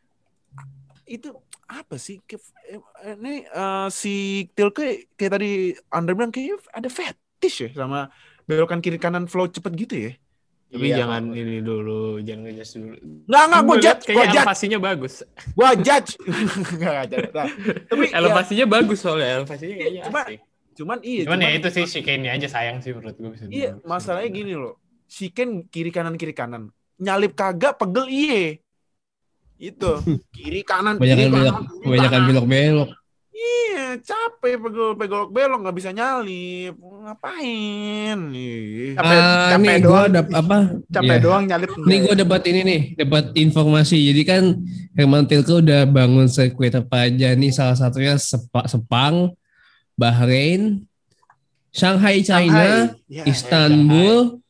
Itu apa sih? Ini si Tilke kayak tadi Andre bilang kayak ada fetish ya sama belokan kiri kanan flow cepet gitu ya. Tapi jangan ini dulu, jangan ngejas dulu. Nggak, gue judge. Kayaknya elevasinya bagus. Gue judge. Nggak judge. Nah, tapi elevasinya bagus soalnya, elevasinya kayaknya asik. Cuman ya itu sih si Kane aja sayang sih menurut gue. Iya, masalahnya gini loh. Si Kane kiri kanan. Nyalip kagak, pegel iye. Itu. Kiri kanan. Kebanyakan belok-belok. Iya, capek pegel belok nggak bisa nyalip. Ngapain? Capek doang. Capek doang nyalip. Ini gue dapat informasi. Jadi kan Herman Tilke udah bangun sirkuit apa aja nih, salah satunya Sepang, Bahrain, Shanghai China, Istanbul,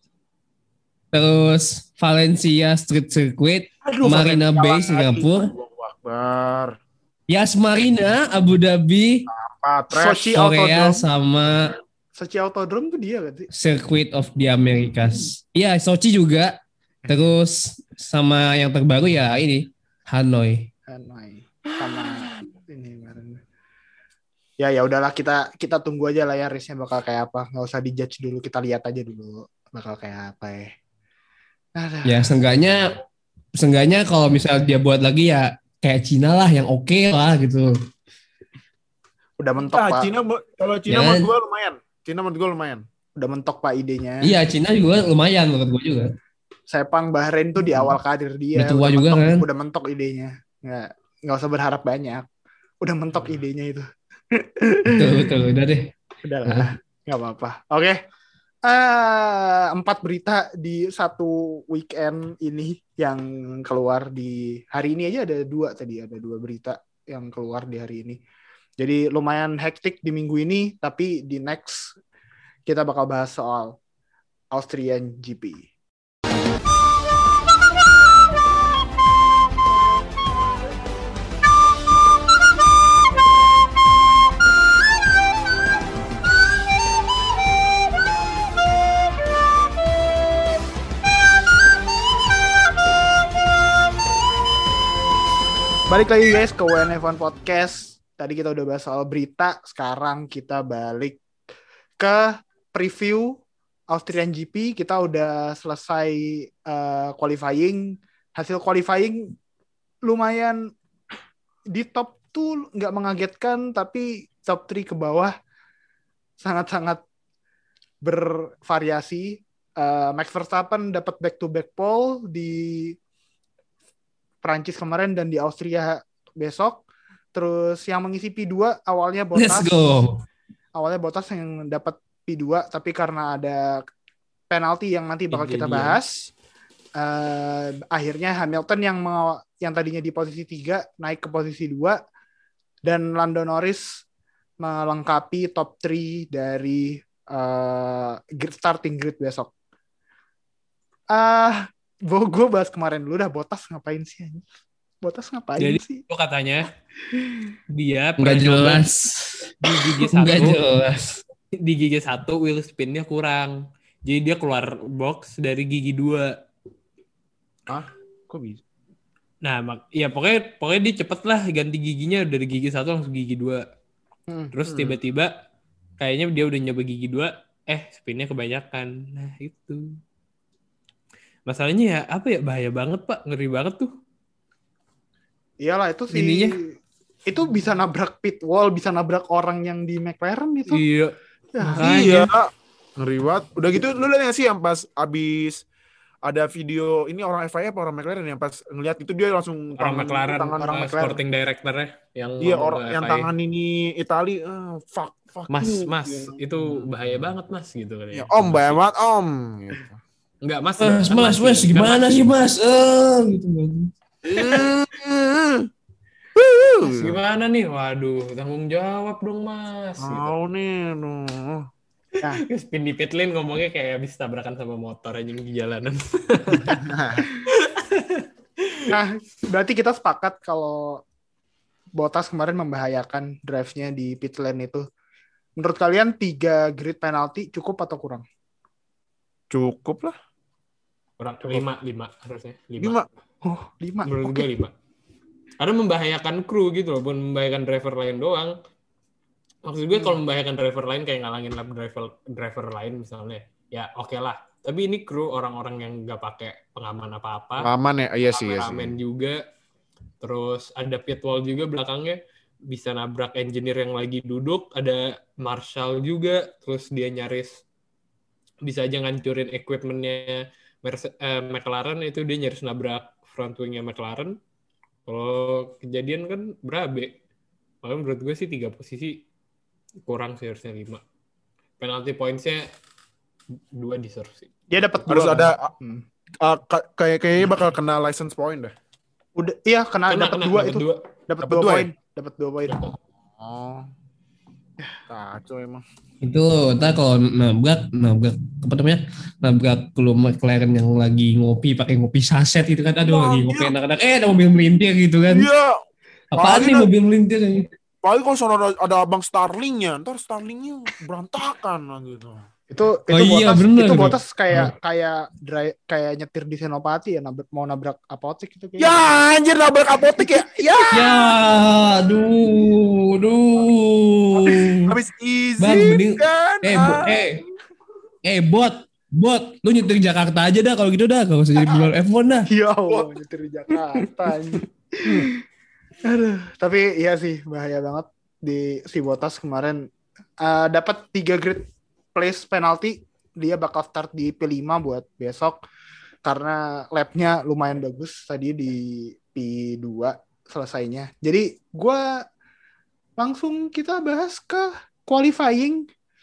terus Valencia Street Circuit, Marina Bay Singapura, Yas Marina Abu Dhabi, Sochi Korea Autodrome. sama Sochi Autodrome tuh dia kan sih? Circuit of the Americas. Iya, Sochi juga. Terus sama yang terbaru ya ini Hanoi. Sama ini kemarin. Ya udahlah, kita tunggu aja lah ya race-nya bakal kayak apa. Nggak usah dijudge dulu, kita lihat aja dulu bakal kayak apa ya. Ya seenggaknya kalau misal dia buat lagi ya kayak Cina lah yang oke lah gitu. Udah mentok Pak. Kalau Cina menurut gue lumayan. Udah mentok Pak idenya. Iya, Cina juga lumayan menurut gue juga. Sepang Bahrain tuh di awal karir dia. Udah tua juga kan. Udah mentok idenya. Nggak usah berharap banyak. Udah mentok idenya itu. Betul, udah deh. Udahlah, nggak apa-apa. Oke. 4 berita di satu weekend ini yang keluar di hari ini aja ada 2 tadi, ada 2 berita yang keluar di hari ini. Jadi lumayan hektik di minggu ini, tapi di next kita bakal bahas soal Austrian GP. Balik lagi guys ke WNF1 Podcast. Tadi kita udah bahas soal berita, sekarang kita balik ke preview Austrian GP. Kita udah selesai qualifying. Hasil qualifying lumayan di top 2 nggak mengagetkan, tapi top 3 ke bawah sangat-sangat bervariasi. Max Verstappen dapat back-to-back pole di Prancis kemarin dan di Austria besok. Terus yang mengisi P2 awalnya Bottas. Let's go. Awalnya Bottas yang dapat P2, tapi karena ada penalti yang nanti bakal kita bahas, akhirnya Hamilton yang tadinya di posisi 3 naik ke posisi 2, dan Lando Norris melengkapi top 3 dari starting grid besok. Gue bahas kemarin dulu dah, Bottas ngapain sih? Bottas ngapain jadi, sih? Jadi katanya dia nggak jelas di gigi 1. Nggak jelas. Di gigi 1 wheel spinnya kurang. Jadi dia keluar box dari gigi 2. Kok bisa? Nah, ya pokoknya dia cepet lah ganti giginya dari gigi 1 langsung gigi 2. Terus tiba-tiba kayaknya dia udah nyoba gigi 2, spinnya kebanyakan. Nah, itu. Masalahnya ya apa ya, bahaya banget Pak, ngeri banget tuh. Iyalah itu sih. Ininya. Itu bisa nabrak pit wall, bisa nabrak orang yang di McLaren itu. Iya. Iya. Ngeri banget. Udah gitu lu lihat nggak sih yang pas abis ada video ini orang FIA apa orang McLaren yang pas ngeliat itu dia langsung Orang McLaren, orang McLaren. sporting directornya yang iya ngomong orang ke yang FIA. tangan ini Itali fuck Mas, you. itu bahaya banget mas gitu kan Ya, om bahaya banget om gitu. Enggak mas, Mas, gimana sih mas? Gitu. Mas, gimana nih? Waduh, tanggung jawab dong mas. Mau nih Nah, Spin di pit lane ngomongnya kayak habis tabrakan sama motor aja di jalanan. nah, berarti kita sepakat kalau Bottas kemarin membahayakan drive-nya di pit lane itu. Menurut kalian 3 grid penalti cukup atau kurang? cukup lah Kurang 5 harusnya. 5. 5 Menurut gue 5. Karena membahayakan kru gitu loh, bukan membahayakan driver lain doang. Maksud gue kalau membahayakan driver lain kayak ngalangin lap driver lain misalnya, ya oke lah. Tapi ini kru orang-orang yang nggak pakai pengaman apa-apa. aman ya, iya sih. Kameramen juga. Terus ada pit wall juga belakangnya. Bisa nabrak engineer yang lagi duduk. Ada marshal juga. Terus dia nyaris bisa aja ngancurin equipmentnya McLaren. Itu dia nyaris nabrak front wingnya McLaren. Kalau kejadian kan berabe. Makanya menurut gue sih 3 posisi kurang sih, harusnya 5. Penalty points-nya 2 deserve sih. Dia dapat 2. Harus ada kayaknya Hmm. bakal kena license point dah. Udah, iya dapat 2 itu. Dapat 2 poin. Dapat 2 poin. Oh. Kacau emang. Itu ntar kalau nabrak apa namanya, nabrak klub McLaren yang lagi ngopi pakai ngopi saset itu kan, aduh lagi ngopi enak-enak, ada mobil melintir gitu kan. Iya. Apaan nih mobil melintir gitu. Paling kalau sono ada abang Starlingnya, ntar Starlingnya berantakan lah gitu. Itu iya, Bottas, bener, itu bro. Bottas kayak nyetir di Senopati ya, mau nabrak apotek gitu kayak. Ya anjir nabrak apotek ya. Ya. Ya, aduh. Habis Bang, mending, izin kan. Bot, lu nyetir Jakarta aja dah kalau gitu dah, kalau usah jadi pembalap F1 dah. Ya Allah, nyetir di Jakarta. Aduh, tapi iya sih bahaya banget di si Bottas kemarin. Dapat 3 grid place penalty, dia bakal start di P5 buat besok karena lapnya lumayan bagus tadi di P2 selesainya. Jadi langsung kita bahas ke qualifying.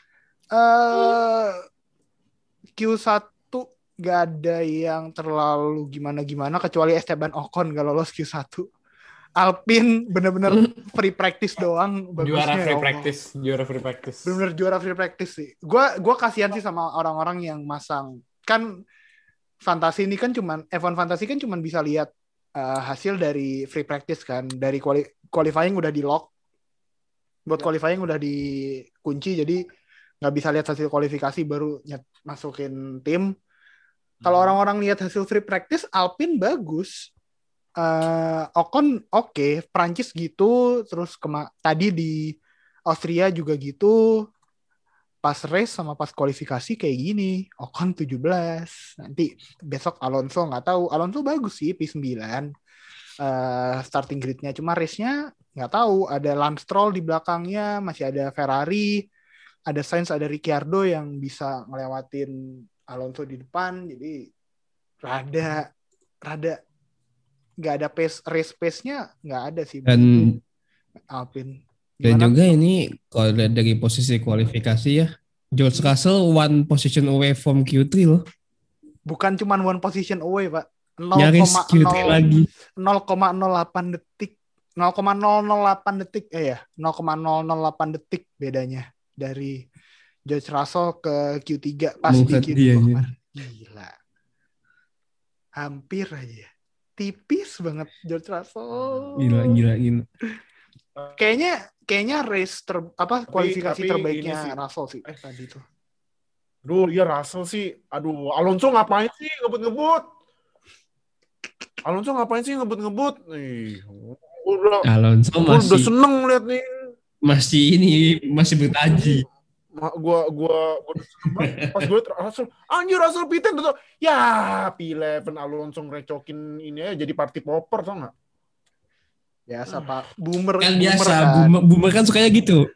Q1 gak ada yang terlalu gimana-gimana kecuali Esteban Ocon gak lolos Q1. Alpine bener-bener free practice doang. Juara free practice. Bener-bener juara free practice sih. Gua kasihan sih sama orang-orang yang masang. Kan fantasi ini kan F1 fantasi kan cuman bisa lihat hasil dari free practice kan. Dari qualifying udah di lock. Buat qualifying udah dikunci, jadi nggak bisa lihat hasil kualifikasi baru masukin tim. Kalau orang-orang lihat hasil free practice, Alpine bagus. Ocon oke, Prancis gitu, terus tadi di Austria juga gitu, pas race sama pas kualifikasi kayak gini, Ocon 17, nanti besok Alonso nggak tahu, Alonso bagus sih P9 starting gridnya, cuma race-nya nggak tahu, ada Lance Stroll di belakangnya, masih ada Ferrari, ada Sainz, ada Ricciardo yang bisa ngelewatin Alonso di depan, jadi rada nggak ada race pace-nya nggak ada sih. Dan Alpine. Dan juga ini kalau dari posisi kualifikasi ya, George Russell one position away from Q3 loh. Bukan cuma one position away, Pak. Nyaris Q3 lagi. 0,08 detik. 0,008 detik. 0,008 detik bedanya dari George Russell ke Q3 pas di Q3 kemarin. Gila. Hampir aja. Tipis banget George Russell. Gila. Kayaknya race kualifikasi terbaiknya Russell sih tadi tuh. Aduh, iya Russell sih. Aduh, Alonso ngapain sih ngebut-ngebut? Alonso udah seneng lihat nih. Masih bertaji. Gua pas gue Russell, anjir Russell P10 tuh. Ya, P11 Alonso ngerecokin ini aja jadi party popper tau enggak? Biasa Pak, boomer kan biasa boomer kan sukanya gitu,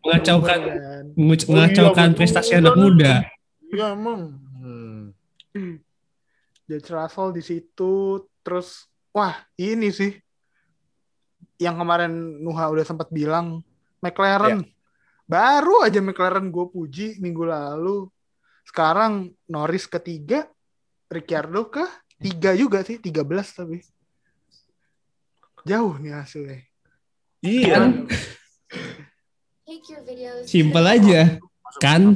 mengacaukan prestasi anak muda. Iya emang. George Russell di situ. Terus wah ini sih yang kemarin Nuha udah sempat bilang McLaren. Baru aja McLaren gue puji minggu lalu. Sekarang Norris ketiga, Ricciardo ke 3 juga sih, 13 tapi. Jauh nih hasilnya. Iya. Kan? Simpel aja. Kan?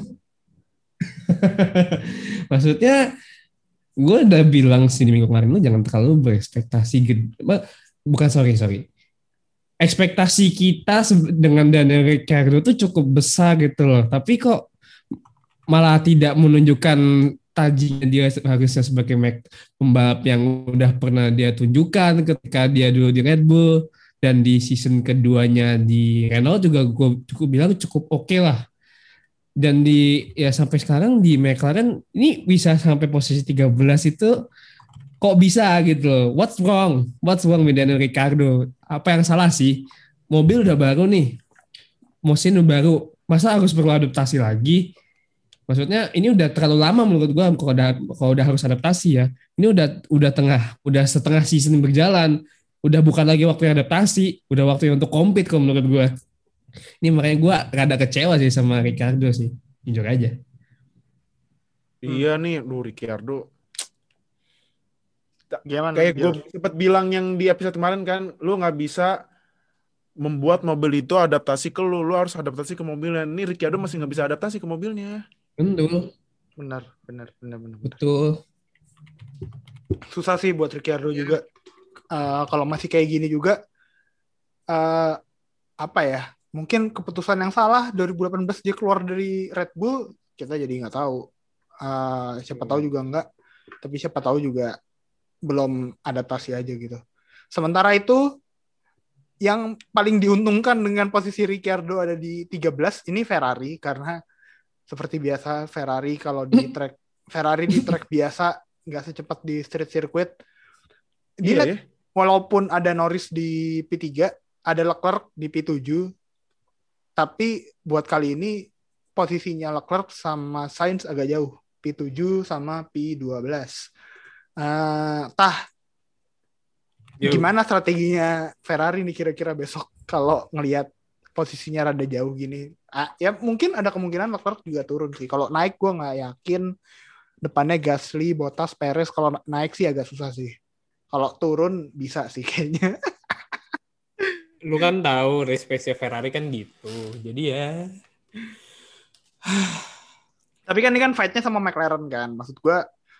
Maksudnya gue udah bilang sih di minggu kemarin, lu jangan terlalu berekspektasi gede. Bukan, sorry. Ekspektasi kita dengan Daniel Ricciardo tuh cukup besar gitu loh. Tapi kok malah tidak menunjukkan tajinya dia harusnya sebagai pembalap yang udah pernah dia tunjukkan ketika dia dulu di Red Bull. Dan di season keduanya di Renault juga gue cukup bilang cukup oke lah. Dan sampai sekarang di McLaren ini bisa sampai posisi 13 itu kok bisa gitu loh. What's wrong with Daniel Ricciardo? Apa yang salah sih? Mobil udah baru nih. Mesin udah baru. Masa harus perlu adaptasi lagi? Maksudnya ini udah terlalu lama menurut gue kalau udah harus adaptasi ya. Ini udah setengah season berjalan. Udah bukan lagi waktu adaptasi, udah waktu untuk compete kalau menurut gue. Ini makanya gue rada kecewa sih sama Ricciardo sih. Jujur aja. Iya nih, Ricciardo. Gimana? Kayak gue sempat bilang yang di episode kemarin kan, lu nggak bisa membuat mobil itu adaptasi ke lu harus adaptasi ke mobilnya. Ini Ricciardo masih nggak bisa adaptasi ke mobilnya. Benar. Betul. Susah sih buat Ricciardo juga. Kalau masih kayak gini juga, apa ya? Mungkin keputusan yang salah 2018 dia keluar dari Red Bull, kita jadi nggak tahu. Siapa tahu juga enggak, tapi siapa tahu juga belum adaptasi aja gitu. Sementara itu yang paling diuntungkan dengan posisi Ricciardo ada di 13 ini Ferrari, karena seperti biasa Ferrari di track biasa nggak secepat di street circuit. Walaupun ada Norris di P3, ada Leclerc di P7, tapi buat kali ini posisinya Leclerc sama Sainz agak jauh, P7 sama P12. Gimana strateginya Ferrari nih kira-kira besok kalau ngelihat posisinya rada jauh gini? Ya mungkin ada kemungkinan Leclerc juga turun sih. Kalau naik gue nggak yakin. Depannya Gasly, Bottas, Perez. Kalau naik sih agak susah sih. Kalau turun bisa sih kayaknya. Lu kan tahu race pace Ferrari kan gitu. Jadi ya. Tapi kan ini kan fight-nya sama McLaren kan. Maksud gue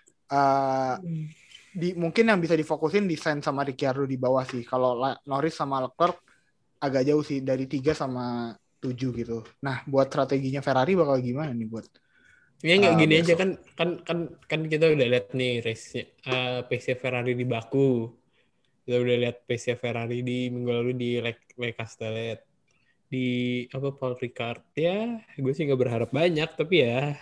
mungkin yang bisa difokusin di Sainz sama Ricciardo di bawah sih. Kalau Norris sama Leclerc agak jauh sih, dari 3 sama 7 gitu. Nah, buat strateginya Ferrari bakal gimana nih buat? Ya nggak gini besok aja kan kita udah lihat nih race pace Ferrari di Baku. Kita udah lihat pace Ferrari di minggu lalu di Le Castellet. Di Paul Ricard ya, gue sih nggak berharap banyak, tapi ya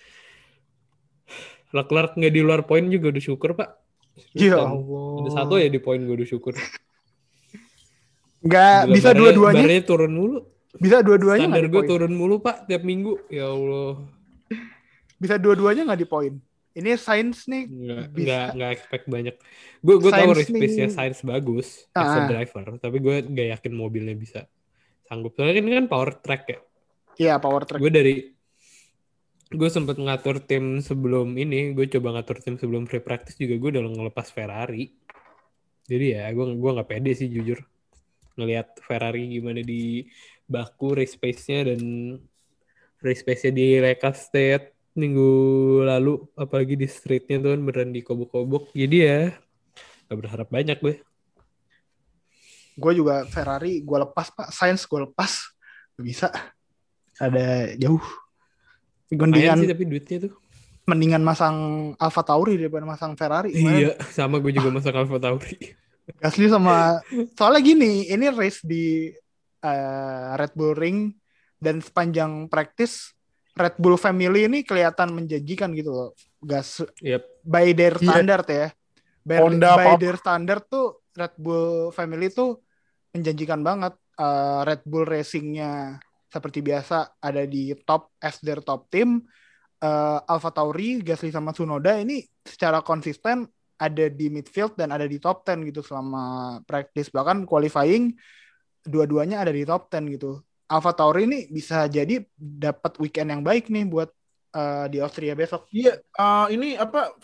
Leclerc nggak di luar poin juga udah syukur, Pak. Ya Allah. Ada satu ya di poin gue udah syukur. Nggak bisa dua-duanya. Barnya turun mulu. Bisa dua-duanya. Standar gue turun mulu, Pak, tiap minggu. Ya Allah. Bisa dua-duanya nggak di poin. Ini Sainz nih nggak expect banyak. Gue tahu race pace-nya Sainz bagus as a driver, tapi gue nggak yakin mobilnya bisa sanggup. Soalnya ini kan power track ya. Iya, power track. Gue sempat ngatur tim sebelum ini, gue coba ngatur tim sebelum free practice juga, gue udah ngelepas Ferrari. Jadi ya gue nggak pede sih jujur ngelihat Ferrari gimana di Baku race pace-nya dan race pace-nya di Le Castellet minggu lalu, apalagi di streetnya tuh kan beneran dikobok-kobok. Jadi ya gak berharap banyak gue. Gue juga Ferrari gue lepas, Pak. Sainz gue lepas. Gak bisa. Ada jauh. Lumayan sih tapi duitnya tuh. Mendingan masang Alfa Tauri daripada masang Ferrari. Iya, sama gue juga masang Alfa Tauri. Gasly sama... Soalnya gini, ini race di Red Bull Ring, dan sepanjang practice Red Bull Family ini kelihatan menjanjikan gitu loh. By their standard ya. By their standard tuh Red Bull Family tuh menjanjikan banget. Red Bull Racing-nya seperti biasa ada di top as their top team. Alfa Tauri, Gasly sama Tsunoda ini secara konsisten ada di midfield dan ada di top 10 gitu selama practice. Bahkan qualifying dua-duanya ada di top 10 gitu. AlphaTauri ini bisa jadi dapat weekend yang baik nih buat di Austria besok. Iya, ini apa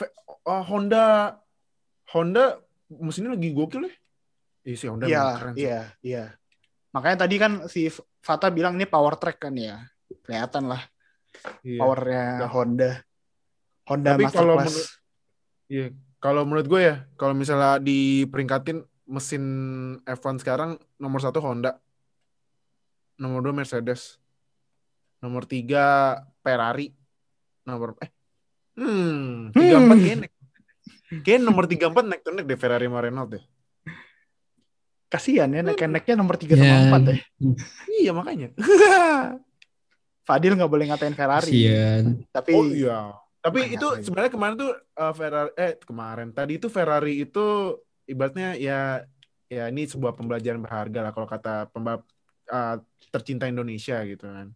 Honda mesinnya lagi gokil ya. Iya sih Honda memang keren sih. Iya. Makanya tadi kan si Fata bilang ini power track kan ya. Kelihatan lah powernya Honda. Tapi Masterclass. Kalau menurut gue ya, kalau misalnya diperingkatin mesin F1 sekarang nomor 1 Honda, nomor 2 Mercedes, nomor 3 Ferrari, nomor 3-4 kayaknya nomor 3-4 naik tuh deh Ferrari sama Renault deh. Kasian ya naik-naiknya nomor 3 sama 4 ya. Iya makanya. Fadil nggak boleh ngatain Ferrari. Kasian. Tapi Tapi itu sebenarnya kemarin tuh tadi itu Ferrari itu ibaratnya ya ini sebuah pembelajaran berharga lah kalau kata pembalap tercinta Indonesia gitu kan.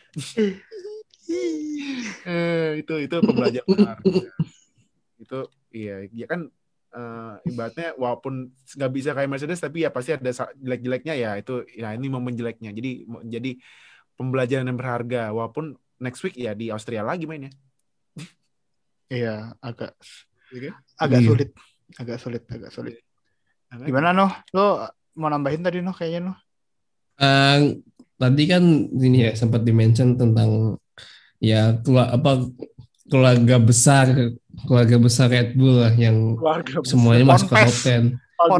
Itu pembelajaran berharga. Itu iya kan ibaratnya walaupun nggak bisa kayak Mercedes tapi ya pasti ada jelek-jeleknya ya itu ya ini momen jeleknya. Jadi pembelajaran yang berharga walaupun next week ya di Austria lagi mainnya. Iya, agak sulit. Gimana Noh? Lo mau nambahin tadi Noh kayaknya Noh? Tadi kan ini ya sempat dimention tentang ya keluarga besar Red Bull lah yang semuanya masuk ke top 10.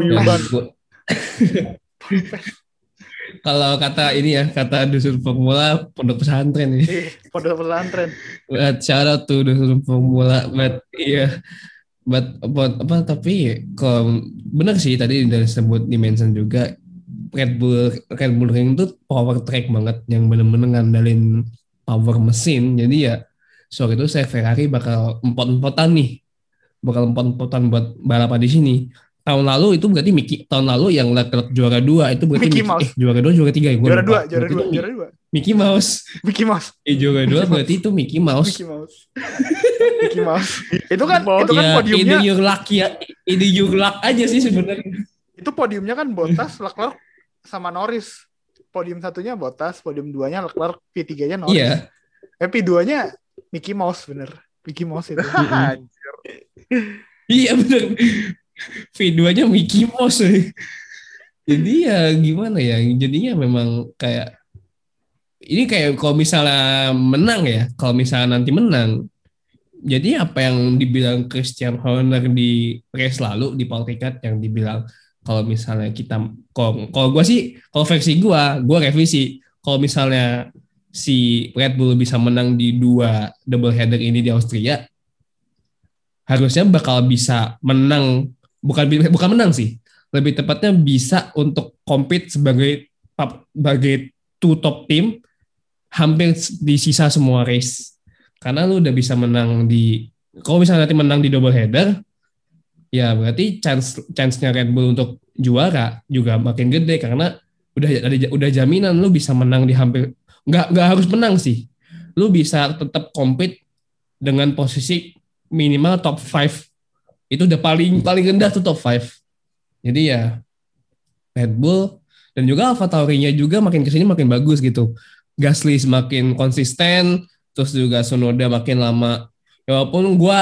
Kalau kata dusun formula pondok pesantren nih. Pondok pesantren. Shout out to dusun formula, tapi kalau benar sih tadi udah sebut dimension juga Red Bull Ring itu power track banget yang benar-benar ngandalin power mesin. Jadi ya soal itu saya Ferrari bakal empot-empotan buat balapan di sini. Tahun lalu itu berarti tahun lalu yang Leclerc juara 2 itu berarti juara 2 juara 3 ya gue lupa. Juara 2. Mickey Mouse. Juara 2 berarti itu Mickey Mouse. Itu kan podiumnya. Ini your luck aja sih sebenarnya. Itu podiumnya kan Bottas, Leclerc sama Norris. Podium satunya Bottas, podium 2-nya Leclerc, P3-nya Norris. Iya. P2-nya Mickey Mouse bener. Mickey Mouse itu. Iya bener. V2-nya Mickey Mouse. Jadi ya gimana ya? Jadinya memang kayak ini kayak kalau misalnya menang ya, kalau misalnya nanti menang. Jadi apa yang dibilang Christian Horner di race lalu di Paul Ricard yang dibilang kalau misalnya kalau gue sih kalau versi gue revisi kalau misalnya si Red Bull bisa menang di 2 double header ini di Austria harusnya bakal bisa menang bukan menang sih lebih tepatnya bisa untuk compete sebagai two top team hampir di sisa semua race karena lu udah bisa menang kalau misalnya nanti menang di double header ya berarti chance-nya Red Bull untuk juara juga makin gede karena udah jaminan lu bisa menang di hampir nggak harus menang sih lu bisa tetap compete dengan posisi minimal top 5 itu udah paling rendah tuh top 5. Jadi ya Red Bull dan juga AlphaTauri-nya juga makin kesini makin bagus gitu. Gasly semakin konsisten, terus juga Tsunoda makin lama. Ya walaupun gue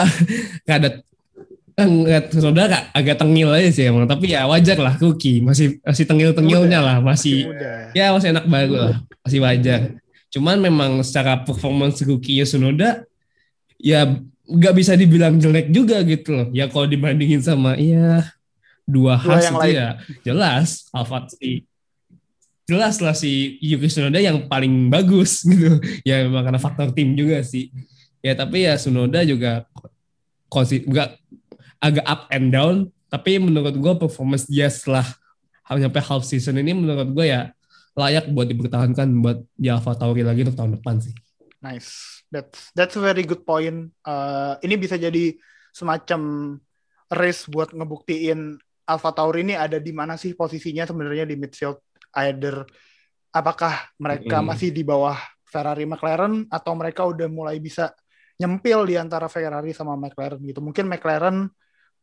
Tsunoda agak tengil aja sih emang, tapi ya wajar lah rookie masih tengil-tengilnya lah, masih enak baru lah, masih wajar. Cuman memang secara performance rookie-nya Tsunoda ya nggak bisa dibilang jelek juga gitu loh. Ya kalau dibandingin sama dua Haas itu lain. Ya jelas jelas lah si Yuki Tsunoda yang paling bagus gitu. Ya memang karena faktor tim juga sih. Ya tapi ya Tsunoda juga agak up and down. Tapi menurut gue performance dia setelah sampai half season ini menurut gue ya layak buat dipertahankan buat di AlphaTauri lagi untuk tahun depan sih. Nice. That's a very good point. Ini bisa jadi semacam race buat ngebuktiin AlphaTauri ini ada di mana sih posisinya sebenarnya di midfield. Either apakah mereka masih di bawah Ferrari McLaren atau mereka udah mulai bisa nyempil di antara Ferrari sama McLaren gitu. Mungkin McLaren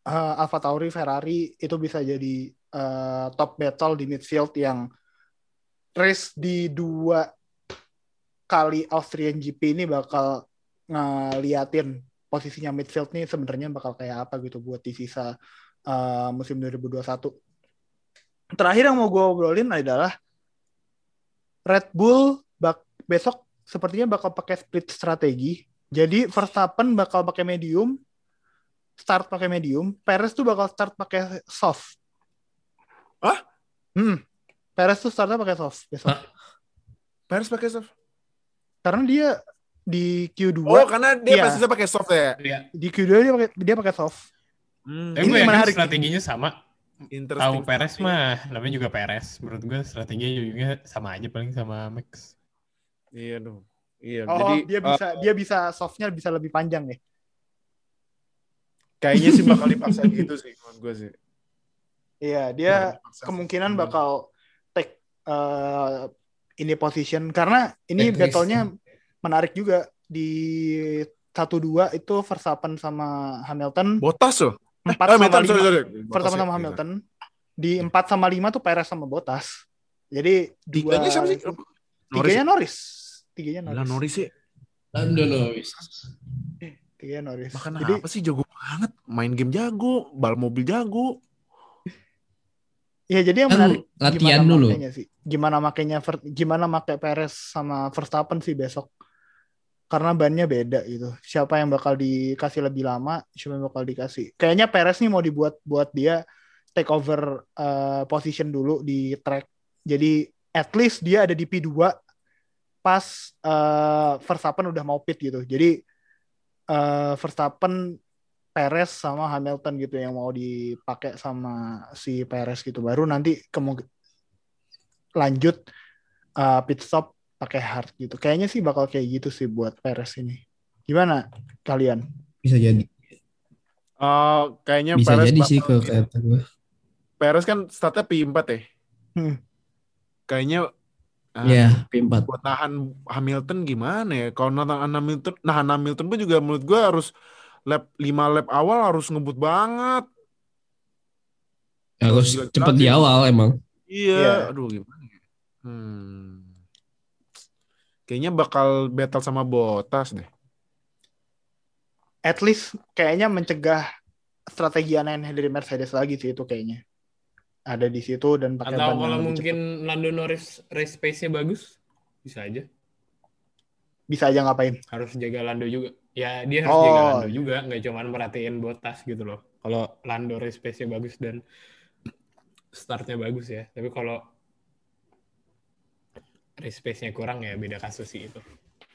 AlphaTauri, Ferrari itu bisa jadi top battle di midfield yang race di 2 kali Austrian GP ini bakal ngeliatin posisinya midfield nih sebenarnya bakal kayak apa gitu buat di sisa musim 2021. Terakhir yang mau gue obrolin adalah Red Bull besok sepertinya bakal pakai split strategi. Jadi Verstappen bakal pakai medium, start pakai medium. Perez tuh bakal start pakai soft. Hah? Perez tuh startnya pakai soft besok. Perez pakai soft. Karena dia di Q2. Oh, karena dia pastinya pakai soft ya. Iya. Di Q2 dia pakai soft. Tapi Ini gue yakin menarik. Strateginya sama. Tahu Perez Interesting. mah, namanya juga Perez. Menurut gue strateginya juga sama aja paling sama Max. Iya dong. Iya, Oh, jadi dia bisa softnya bisa lebih panjang ya. kayaknya sih bakal dipaksa gitu sih menurut gue sih. Iya, dia kemungkinan bakal take ini position karena ini battle-nya menarik juga di 1-2 itu Verstappen sama Hamilton. Bottas loh. 4 sama 5. Sorry. Verstappen sama Hamilton. Di 4 sama 5 tuh Perez sama Bottas. Jadi tiganya siapa sih? Tiganya Norris. Norris sih. Lando Norris. Tiganya Norris. Makanya Jadi, apa sih jago banget. Main game jago. Bal mobil jago. ya jadi yang Kan menarik latihan gimana dulu. makanya sih. Gimana pakai Perez sama Verstappen sih besok. Karena bannya beda gitu. Siapa yang bakal dikasih lebih lama, siapa yang bakal dikasih. Kayaknya Perez nih mau dibuat buat dia take over position dulu di track. Jadi at least dia ada di P2 pas Verstappen udah mau pit gitu. Jadi Verstappen, Perez sama Hamilton gitu yang mau dipakai sama si Perez gitu. Baru nanti lanjut pit stop pakai hard gitu. Kayaknya sih bakal kayak gitu sih buat Perez ini. Gimana kalian? Bisa jadi. Kayaknya Bisa Perez jadi sih kalau kata gue. Perez kan startnya P4 ya. Kayaknya Ya, P4. buat nahan Hamilton gimana ya? Kalau nahan Hamilton pun juga menurut gue harus 5 lap awal harus ngebut banget. Harus cepet di awal emang. Iya, aduh gimana ya? Kayaknya bakal battle sama Bottas deh. At least kayaknya mencegah strategi aneh dari Mercedes lagi sih itu kayaknya. Ada di situ dan pakai ban. Atau kalau mungkin Lando Norris race pace-nya bagus, bisa aja. Bisa aja ngapain? Harus jaga Lando juga. Ya dia harus jaga Lando juga, nggak cuma merhatiin Bottas gitu loh. Kalau Lando race pace-nya bagus dan startnya bagus ya. Tapi kalau race pace-nya kurang ya beda kasus sih itu.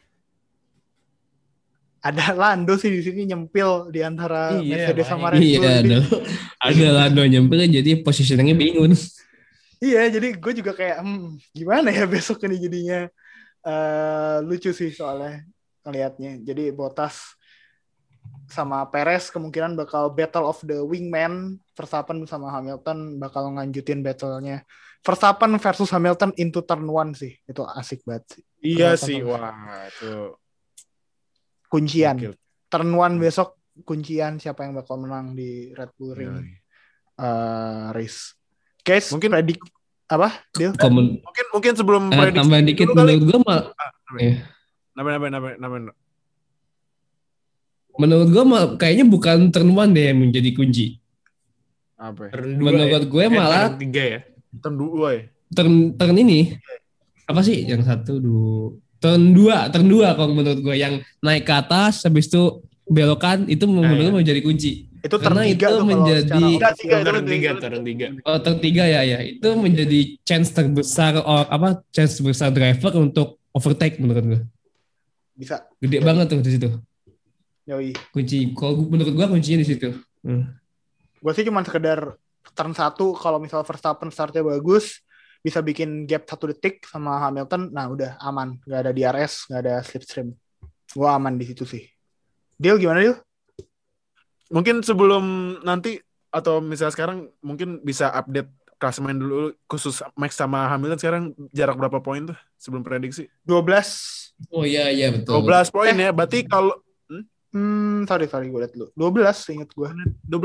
Ada Lando sih di sini nyempil di antara Mercedes sama Red Bull. Iya, ada Lando nyempil jadi positioningnya bingung. Iya, jadi gue juga kayak gimana ya besok ini jadinya. Lucu sih soalnya ngelihatnya. Jadi Bottas sama Perez kemungkinan bakal battle of the wingman. Verstappen sama Hamilton bakal nganjutin battle-nya. Verstappen versus Hamilton into turn 1 sih. Itu asik banget sih. Iya sih, wah itu kuncian. Turn 1 besok kuncian siapa yang bakal menang di Red Bull Ring race. Guys, mungkin apa? Deal? Mungkin sebelum prediksi tambahan dikit menurut gue mah. Menurut gue kayaknya bukan turn 1 deh yang menjadi kunci. Apa? Menurut gue malah turn 3 ya. Turn 2 ya. Turn ini apa sih yang 1 2 turn 2 kalau menurut gue yang naik ke atas habis itu belokan itu menurut gue menjadi kunci. Itu karena itu menjadi turn 3. Oh, turn 3 ya. Itu menjadi chance terbesar chance terbesar driver untuk overtake menurut gue. Bisa. Gede banget tuh di situ. Yoi. Kunci. Kalau menurut gue kuncinya di situ. Gue sih cuma sekedar turn 1 kalau misal Verstappen startnya bagus bisa bikin gap 1 detik sama Hamilton, nah udah aman, nggak ada DRS, nggak ada slipstream, gue aman di situ sih. Deal gimana Deal? Mungkin sebelum nanti atau misalnya sekarang mungkin bisa update klasemen dulu khusus Max sama Hamilton sekarang jarak berapa poin tuh sebelum prediksi? 12. Oh iya betul. 12 poin ya, berarti kalau sorry gue lihat dulu. 12 ingat gue. 12 ya?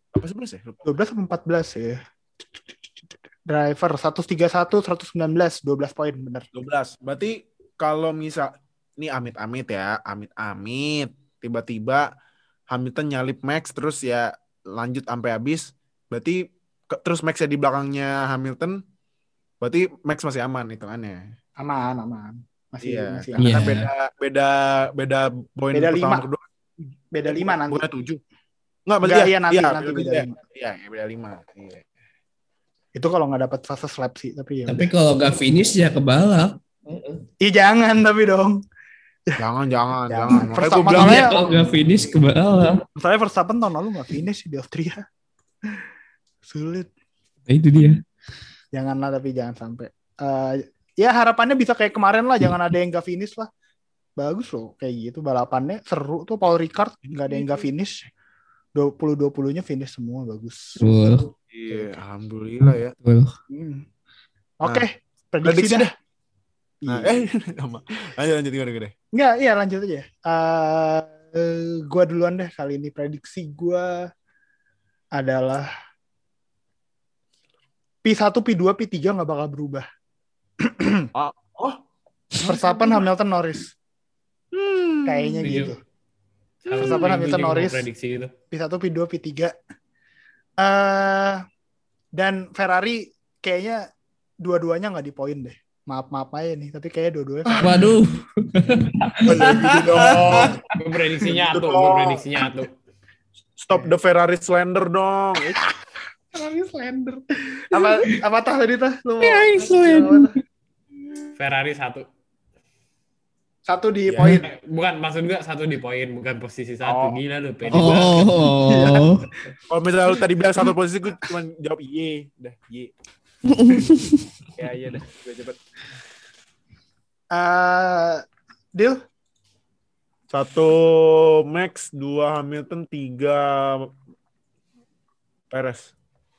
Apa 11 ya? Lupa. 12 atau 14 ya. Driver 131 119 12 poin bener. 12. Berarti kalau misal ini amit-amit ya, amit-amit tiba-tiba Hamilton nyalip Max terus ya lanjut sampai habis, berarti terus Max ya di belakangnya Hamilton, berarti Max masih aman hitungannya. Aman. Masih Iya, masih karena aman. beda poin Beda pertama 5. kedua. Beda 5 nanti. Bukan 7. Enggak, berarti Enggak, iya nanti beda 5. Iya, beda 5. Iya. Itu kalau nggak dapat fase lap sih, tapi ya. Tapi kalau nggak finish ya kebalap. Ih jangan tapi dong. Jangan. First Makanya gue up, bilang masalahnya- Kalau nggak finish kebalap. Saya Verstappen tahun lalu nggak finish di Austria. Sulit. Nah, itu dia. Janganlah tapi jangan sampai. Ya harapannya bisa kayak kemarin lah, jangan ada yang nggak finish lah. Bagus loh kayak gitu balapannya seru tuh. Paul Ricard nggak ada yang nggak finish. 20-20-nya finish semua bagus. Betul. iya, alhamdulillah ya. Betul. Oke, Prediksi dah. dah. Nah, lanjut gimana? Enggak, iya lanjut aja. Gua duluan deh kali ini. Prediksi gua adalah P1, P2, P3 nggak bakal berubah. Verstappen, Hamilton, Norris. Kayaknya Setuju. gitu. Verstappen, Hamilton, Norris. Prediksi itu. P1, P2, P3. Dan Ferrari kayaknya dua-duanya nggak di poin deh. Maaf aja nih, tapi kayaknya dua-duanya. Waduh. Gue prediksinya tuh. Stop the Ferrari slander dong. Ferrari slender. Apa tadi Lu mau- Ferrari slender. Ferrari 1. Satu di poin. Bukan, maksud gue 1 di poin, bukan posisi 1. Oh. Gila lu, pede banget. Oh. Kalau misalnya lu tadi bilang satu posisi, gue cuma jawab iye. Udah, iye. Iya dah, gue cepet. Deal? 1 Max, 2 Hamilton, 3 Perez.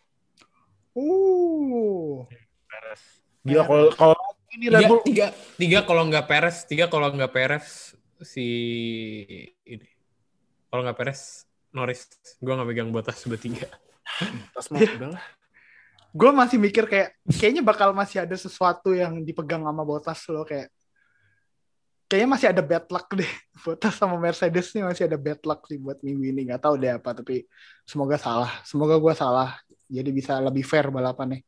Perez. Gila kalau ini Red Bull. Tiga kalau nggak Perez si ini. Kalau nggak Perez Norris. Gue nggak pegang Bottas bertiga. Tas mah udah lah. Gue masih mikir kayaknya bakal masih ada sesuatu yang dipegang sama Bottas loh, kayaknya masih ada bad luck deh. Bottas sama Mercedes nih masih ada bad luck sih buat minggu ini. Gak tahu deh apa, tapi semoga salah. Semoga gue salah. Jadi bisa lebih fair balapannya.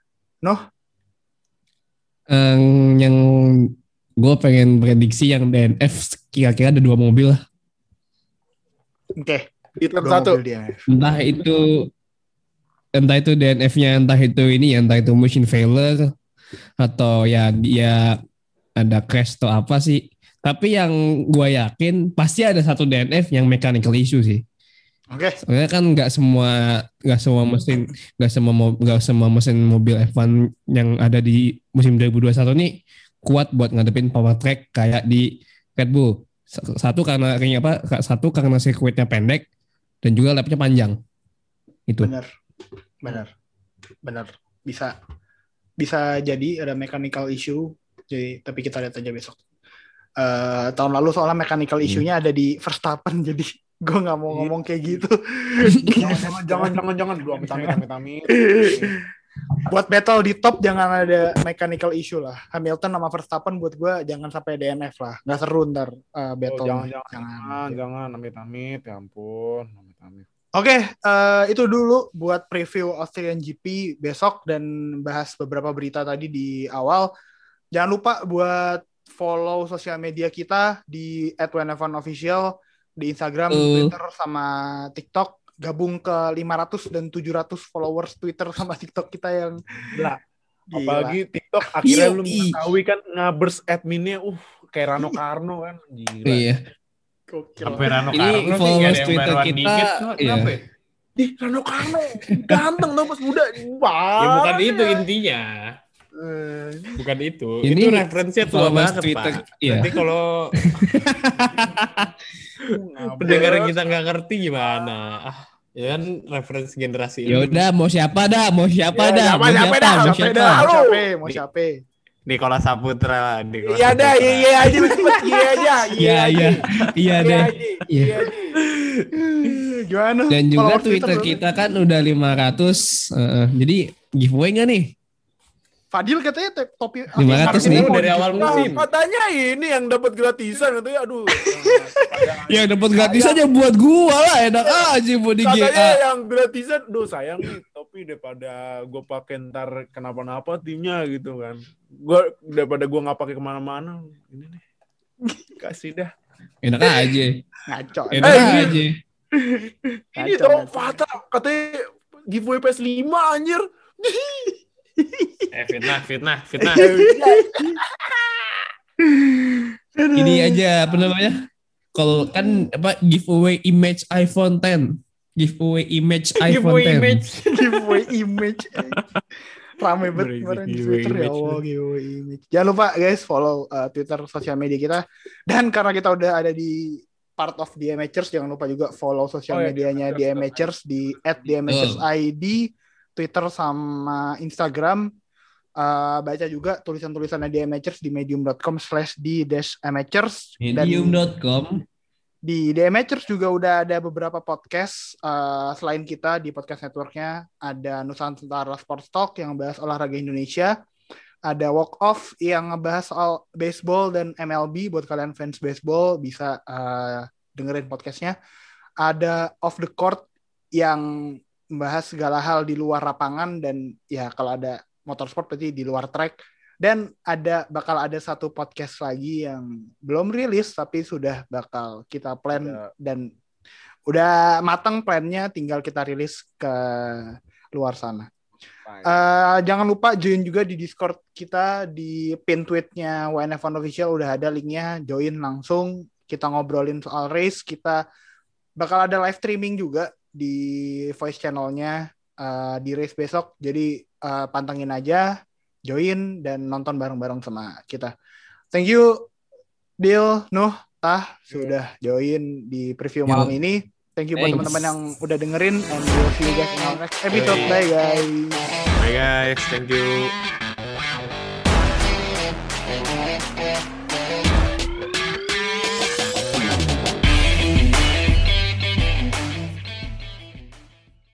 Yang gue pengen prediksi yang DNF kira-kira ada 2 mobil lah. Oke. Di turn Dua 1. mobil dia. Entah itu DNF-nya, entah itu machine failure atau ya dia ada crash atau apa sih. Tapi yang gue yakin pasti ada satu DNF yang mechanical issue sih. Oke. Soalnya kan nggak semua mesin mobil F1 yang ada di musim 2021 ini kuat buat ngadepin power track kayak di Red Bull. Satu karena sirkuitnya pendek dan juga lapnya panjang. Itu. Benar. Bisa jadi ada mechanical issue. Jadi tapi kita lihat aja besok. Tahun lalu soalnya mechanical issue-nya ada di Verstappen, jadi gue nggak mau ngomong kayak gitu. Jangan dua amit. Buat battle di top jangan ada mechanical issue lah. Hamilton sama Verstappen buat gue jangan sampai DNF lah. Nggak seru ntar battle. Jangan amit, ya ampun, amit. Oke, itu dulu buat preview Australian GP besok dan bahas beberapa berita tadi di awal. Jangan lupa buat follow sosial media kita di @1f1official di Instagram, Twitter, sama TikTok. Gabung ke 500 dan 700 followers Twitter sama TikTok kita yang gila. Gila. Apalagi TikTok akhirnya lu mengetahui kan ngabers adminnya kayak Rano Karno kan. Gila. Iya. Sampai Rano Ini Karno sih followers nggak ada yang Twitter baruan kita, dikit. iya. Kenapa ya? Rano Karno ganteng dong pas muda. Ya bukan itu intinya. Bukan itu. Ini itu referensinya tua followers banget, Twitter, Pak. iya. Nanti kalau pendengar kita nggak ngerti gimana? Ya kan referensi generasi Ya udah mau siapa dah? Mau siapa? Nikola Saputra. Iya dah, iya aja. Iya deh. Gimana? Dan juga Followers Twitter kita kan udah 500. Jadi giveaway nggak nih? Fadil katanya topi 500 nih. Dari awal musim. Katanya ini yang dapat gratisan katanya, aduh. Yang dapat gratis aja buat gua lah, enak aja buat di Katanya GA. yang gratisan, sayang nih topi daripada gue pakai ntar kenapa-napa timnya gitu kan. Daripada gue nggak pakai kemana-mana, ini nih kasih dah. Enak aja. Ngaco. Enak aja. Ini tau Fata katanya giveaway PS5 anjir. Fitnah. Ini aja apa namanya? Kalau kan giveaway image iPhone 10. Giveaway image iPhone 10. Giveaway image. Rame banget kemarin di Twitter ya Allah, giveaway image. Jangan lupa guys follow Twitter sosial media kita. Dan karena kita udah ada di part of The Amateurs, jangan lupa juga follow sosial medianya The Amateurs di @theamateurs_id, Twitter sama Instagram. Baca juga tulisan-tulisannya The Amateurs di medium.com/the-amateurs. Medium.com. Di The Amateurs juga udah ada beberapa podcast. Selain kita di podcast networknya ada Nusantara Sports Talk yang bahas olahraga Indonesia. Ada Walk Off yang ngebahas soal baseball dan MLB. Buat kalian fans baseball bisa dengerin podcastnya. Ada Off the Court yang membahas segala hal di luar lapangan dan ya kalau ada motorsport berarti di luar track. Dan bakal ada satu podcast lagi yang belum rilis tapi sudah bakal kita plan dan udah matang plannya, tinggal kita rilis ke luar sana. Jangan lupa join juga di Discord kita, di pin tweetnya WNF1 Official udah ada linknya, join langsung, kita ngobrolin soal race, kita bakal ada live streaming juga di voice channelnya di race besok, jadi pantengin aja, join dan nonton bareng-bareng sama kita. Thank you Dil, Nuh, Tah sudah join di preview malam ini. Thank you buat teman-teman yang udah dengerin, and we'll see you guys in our next episode. Bye guys. Bye guys, thank you.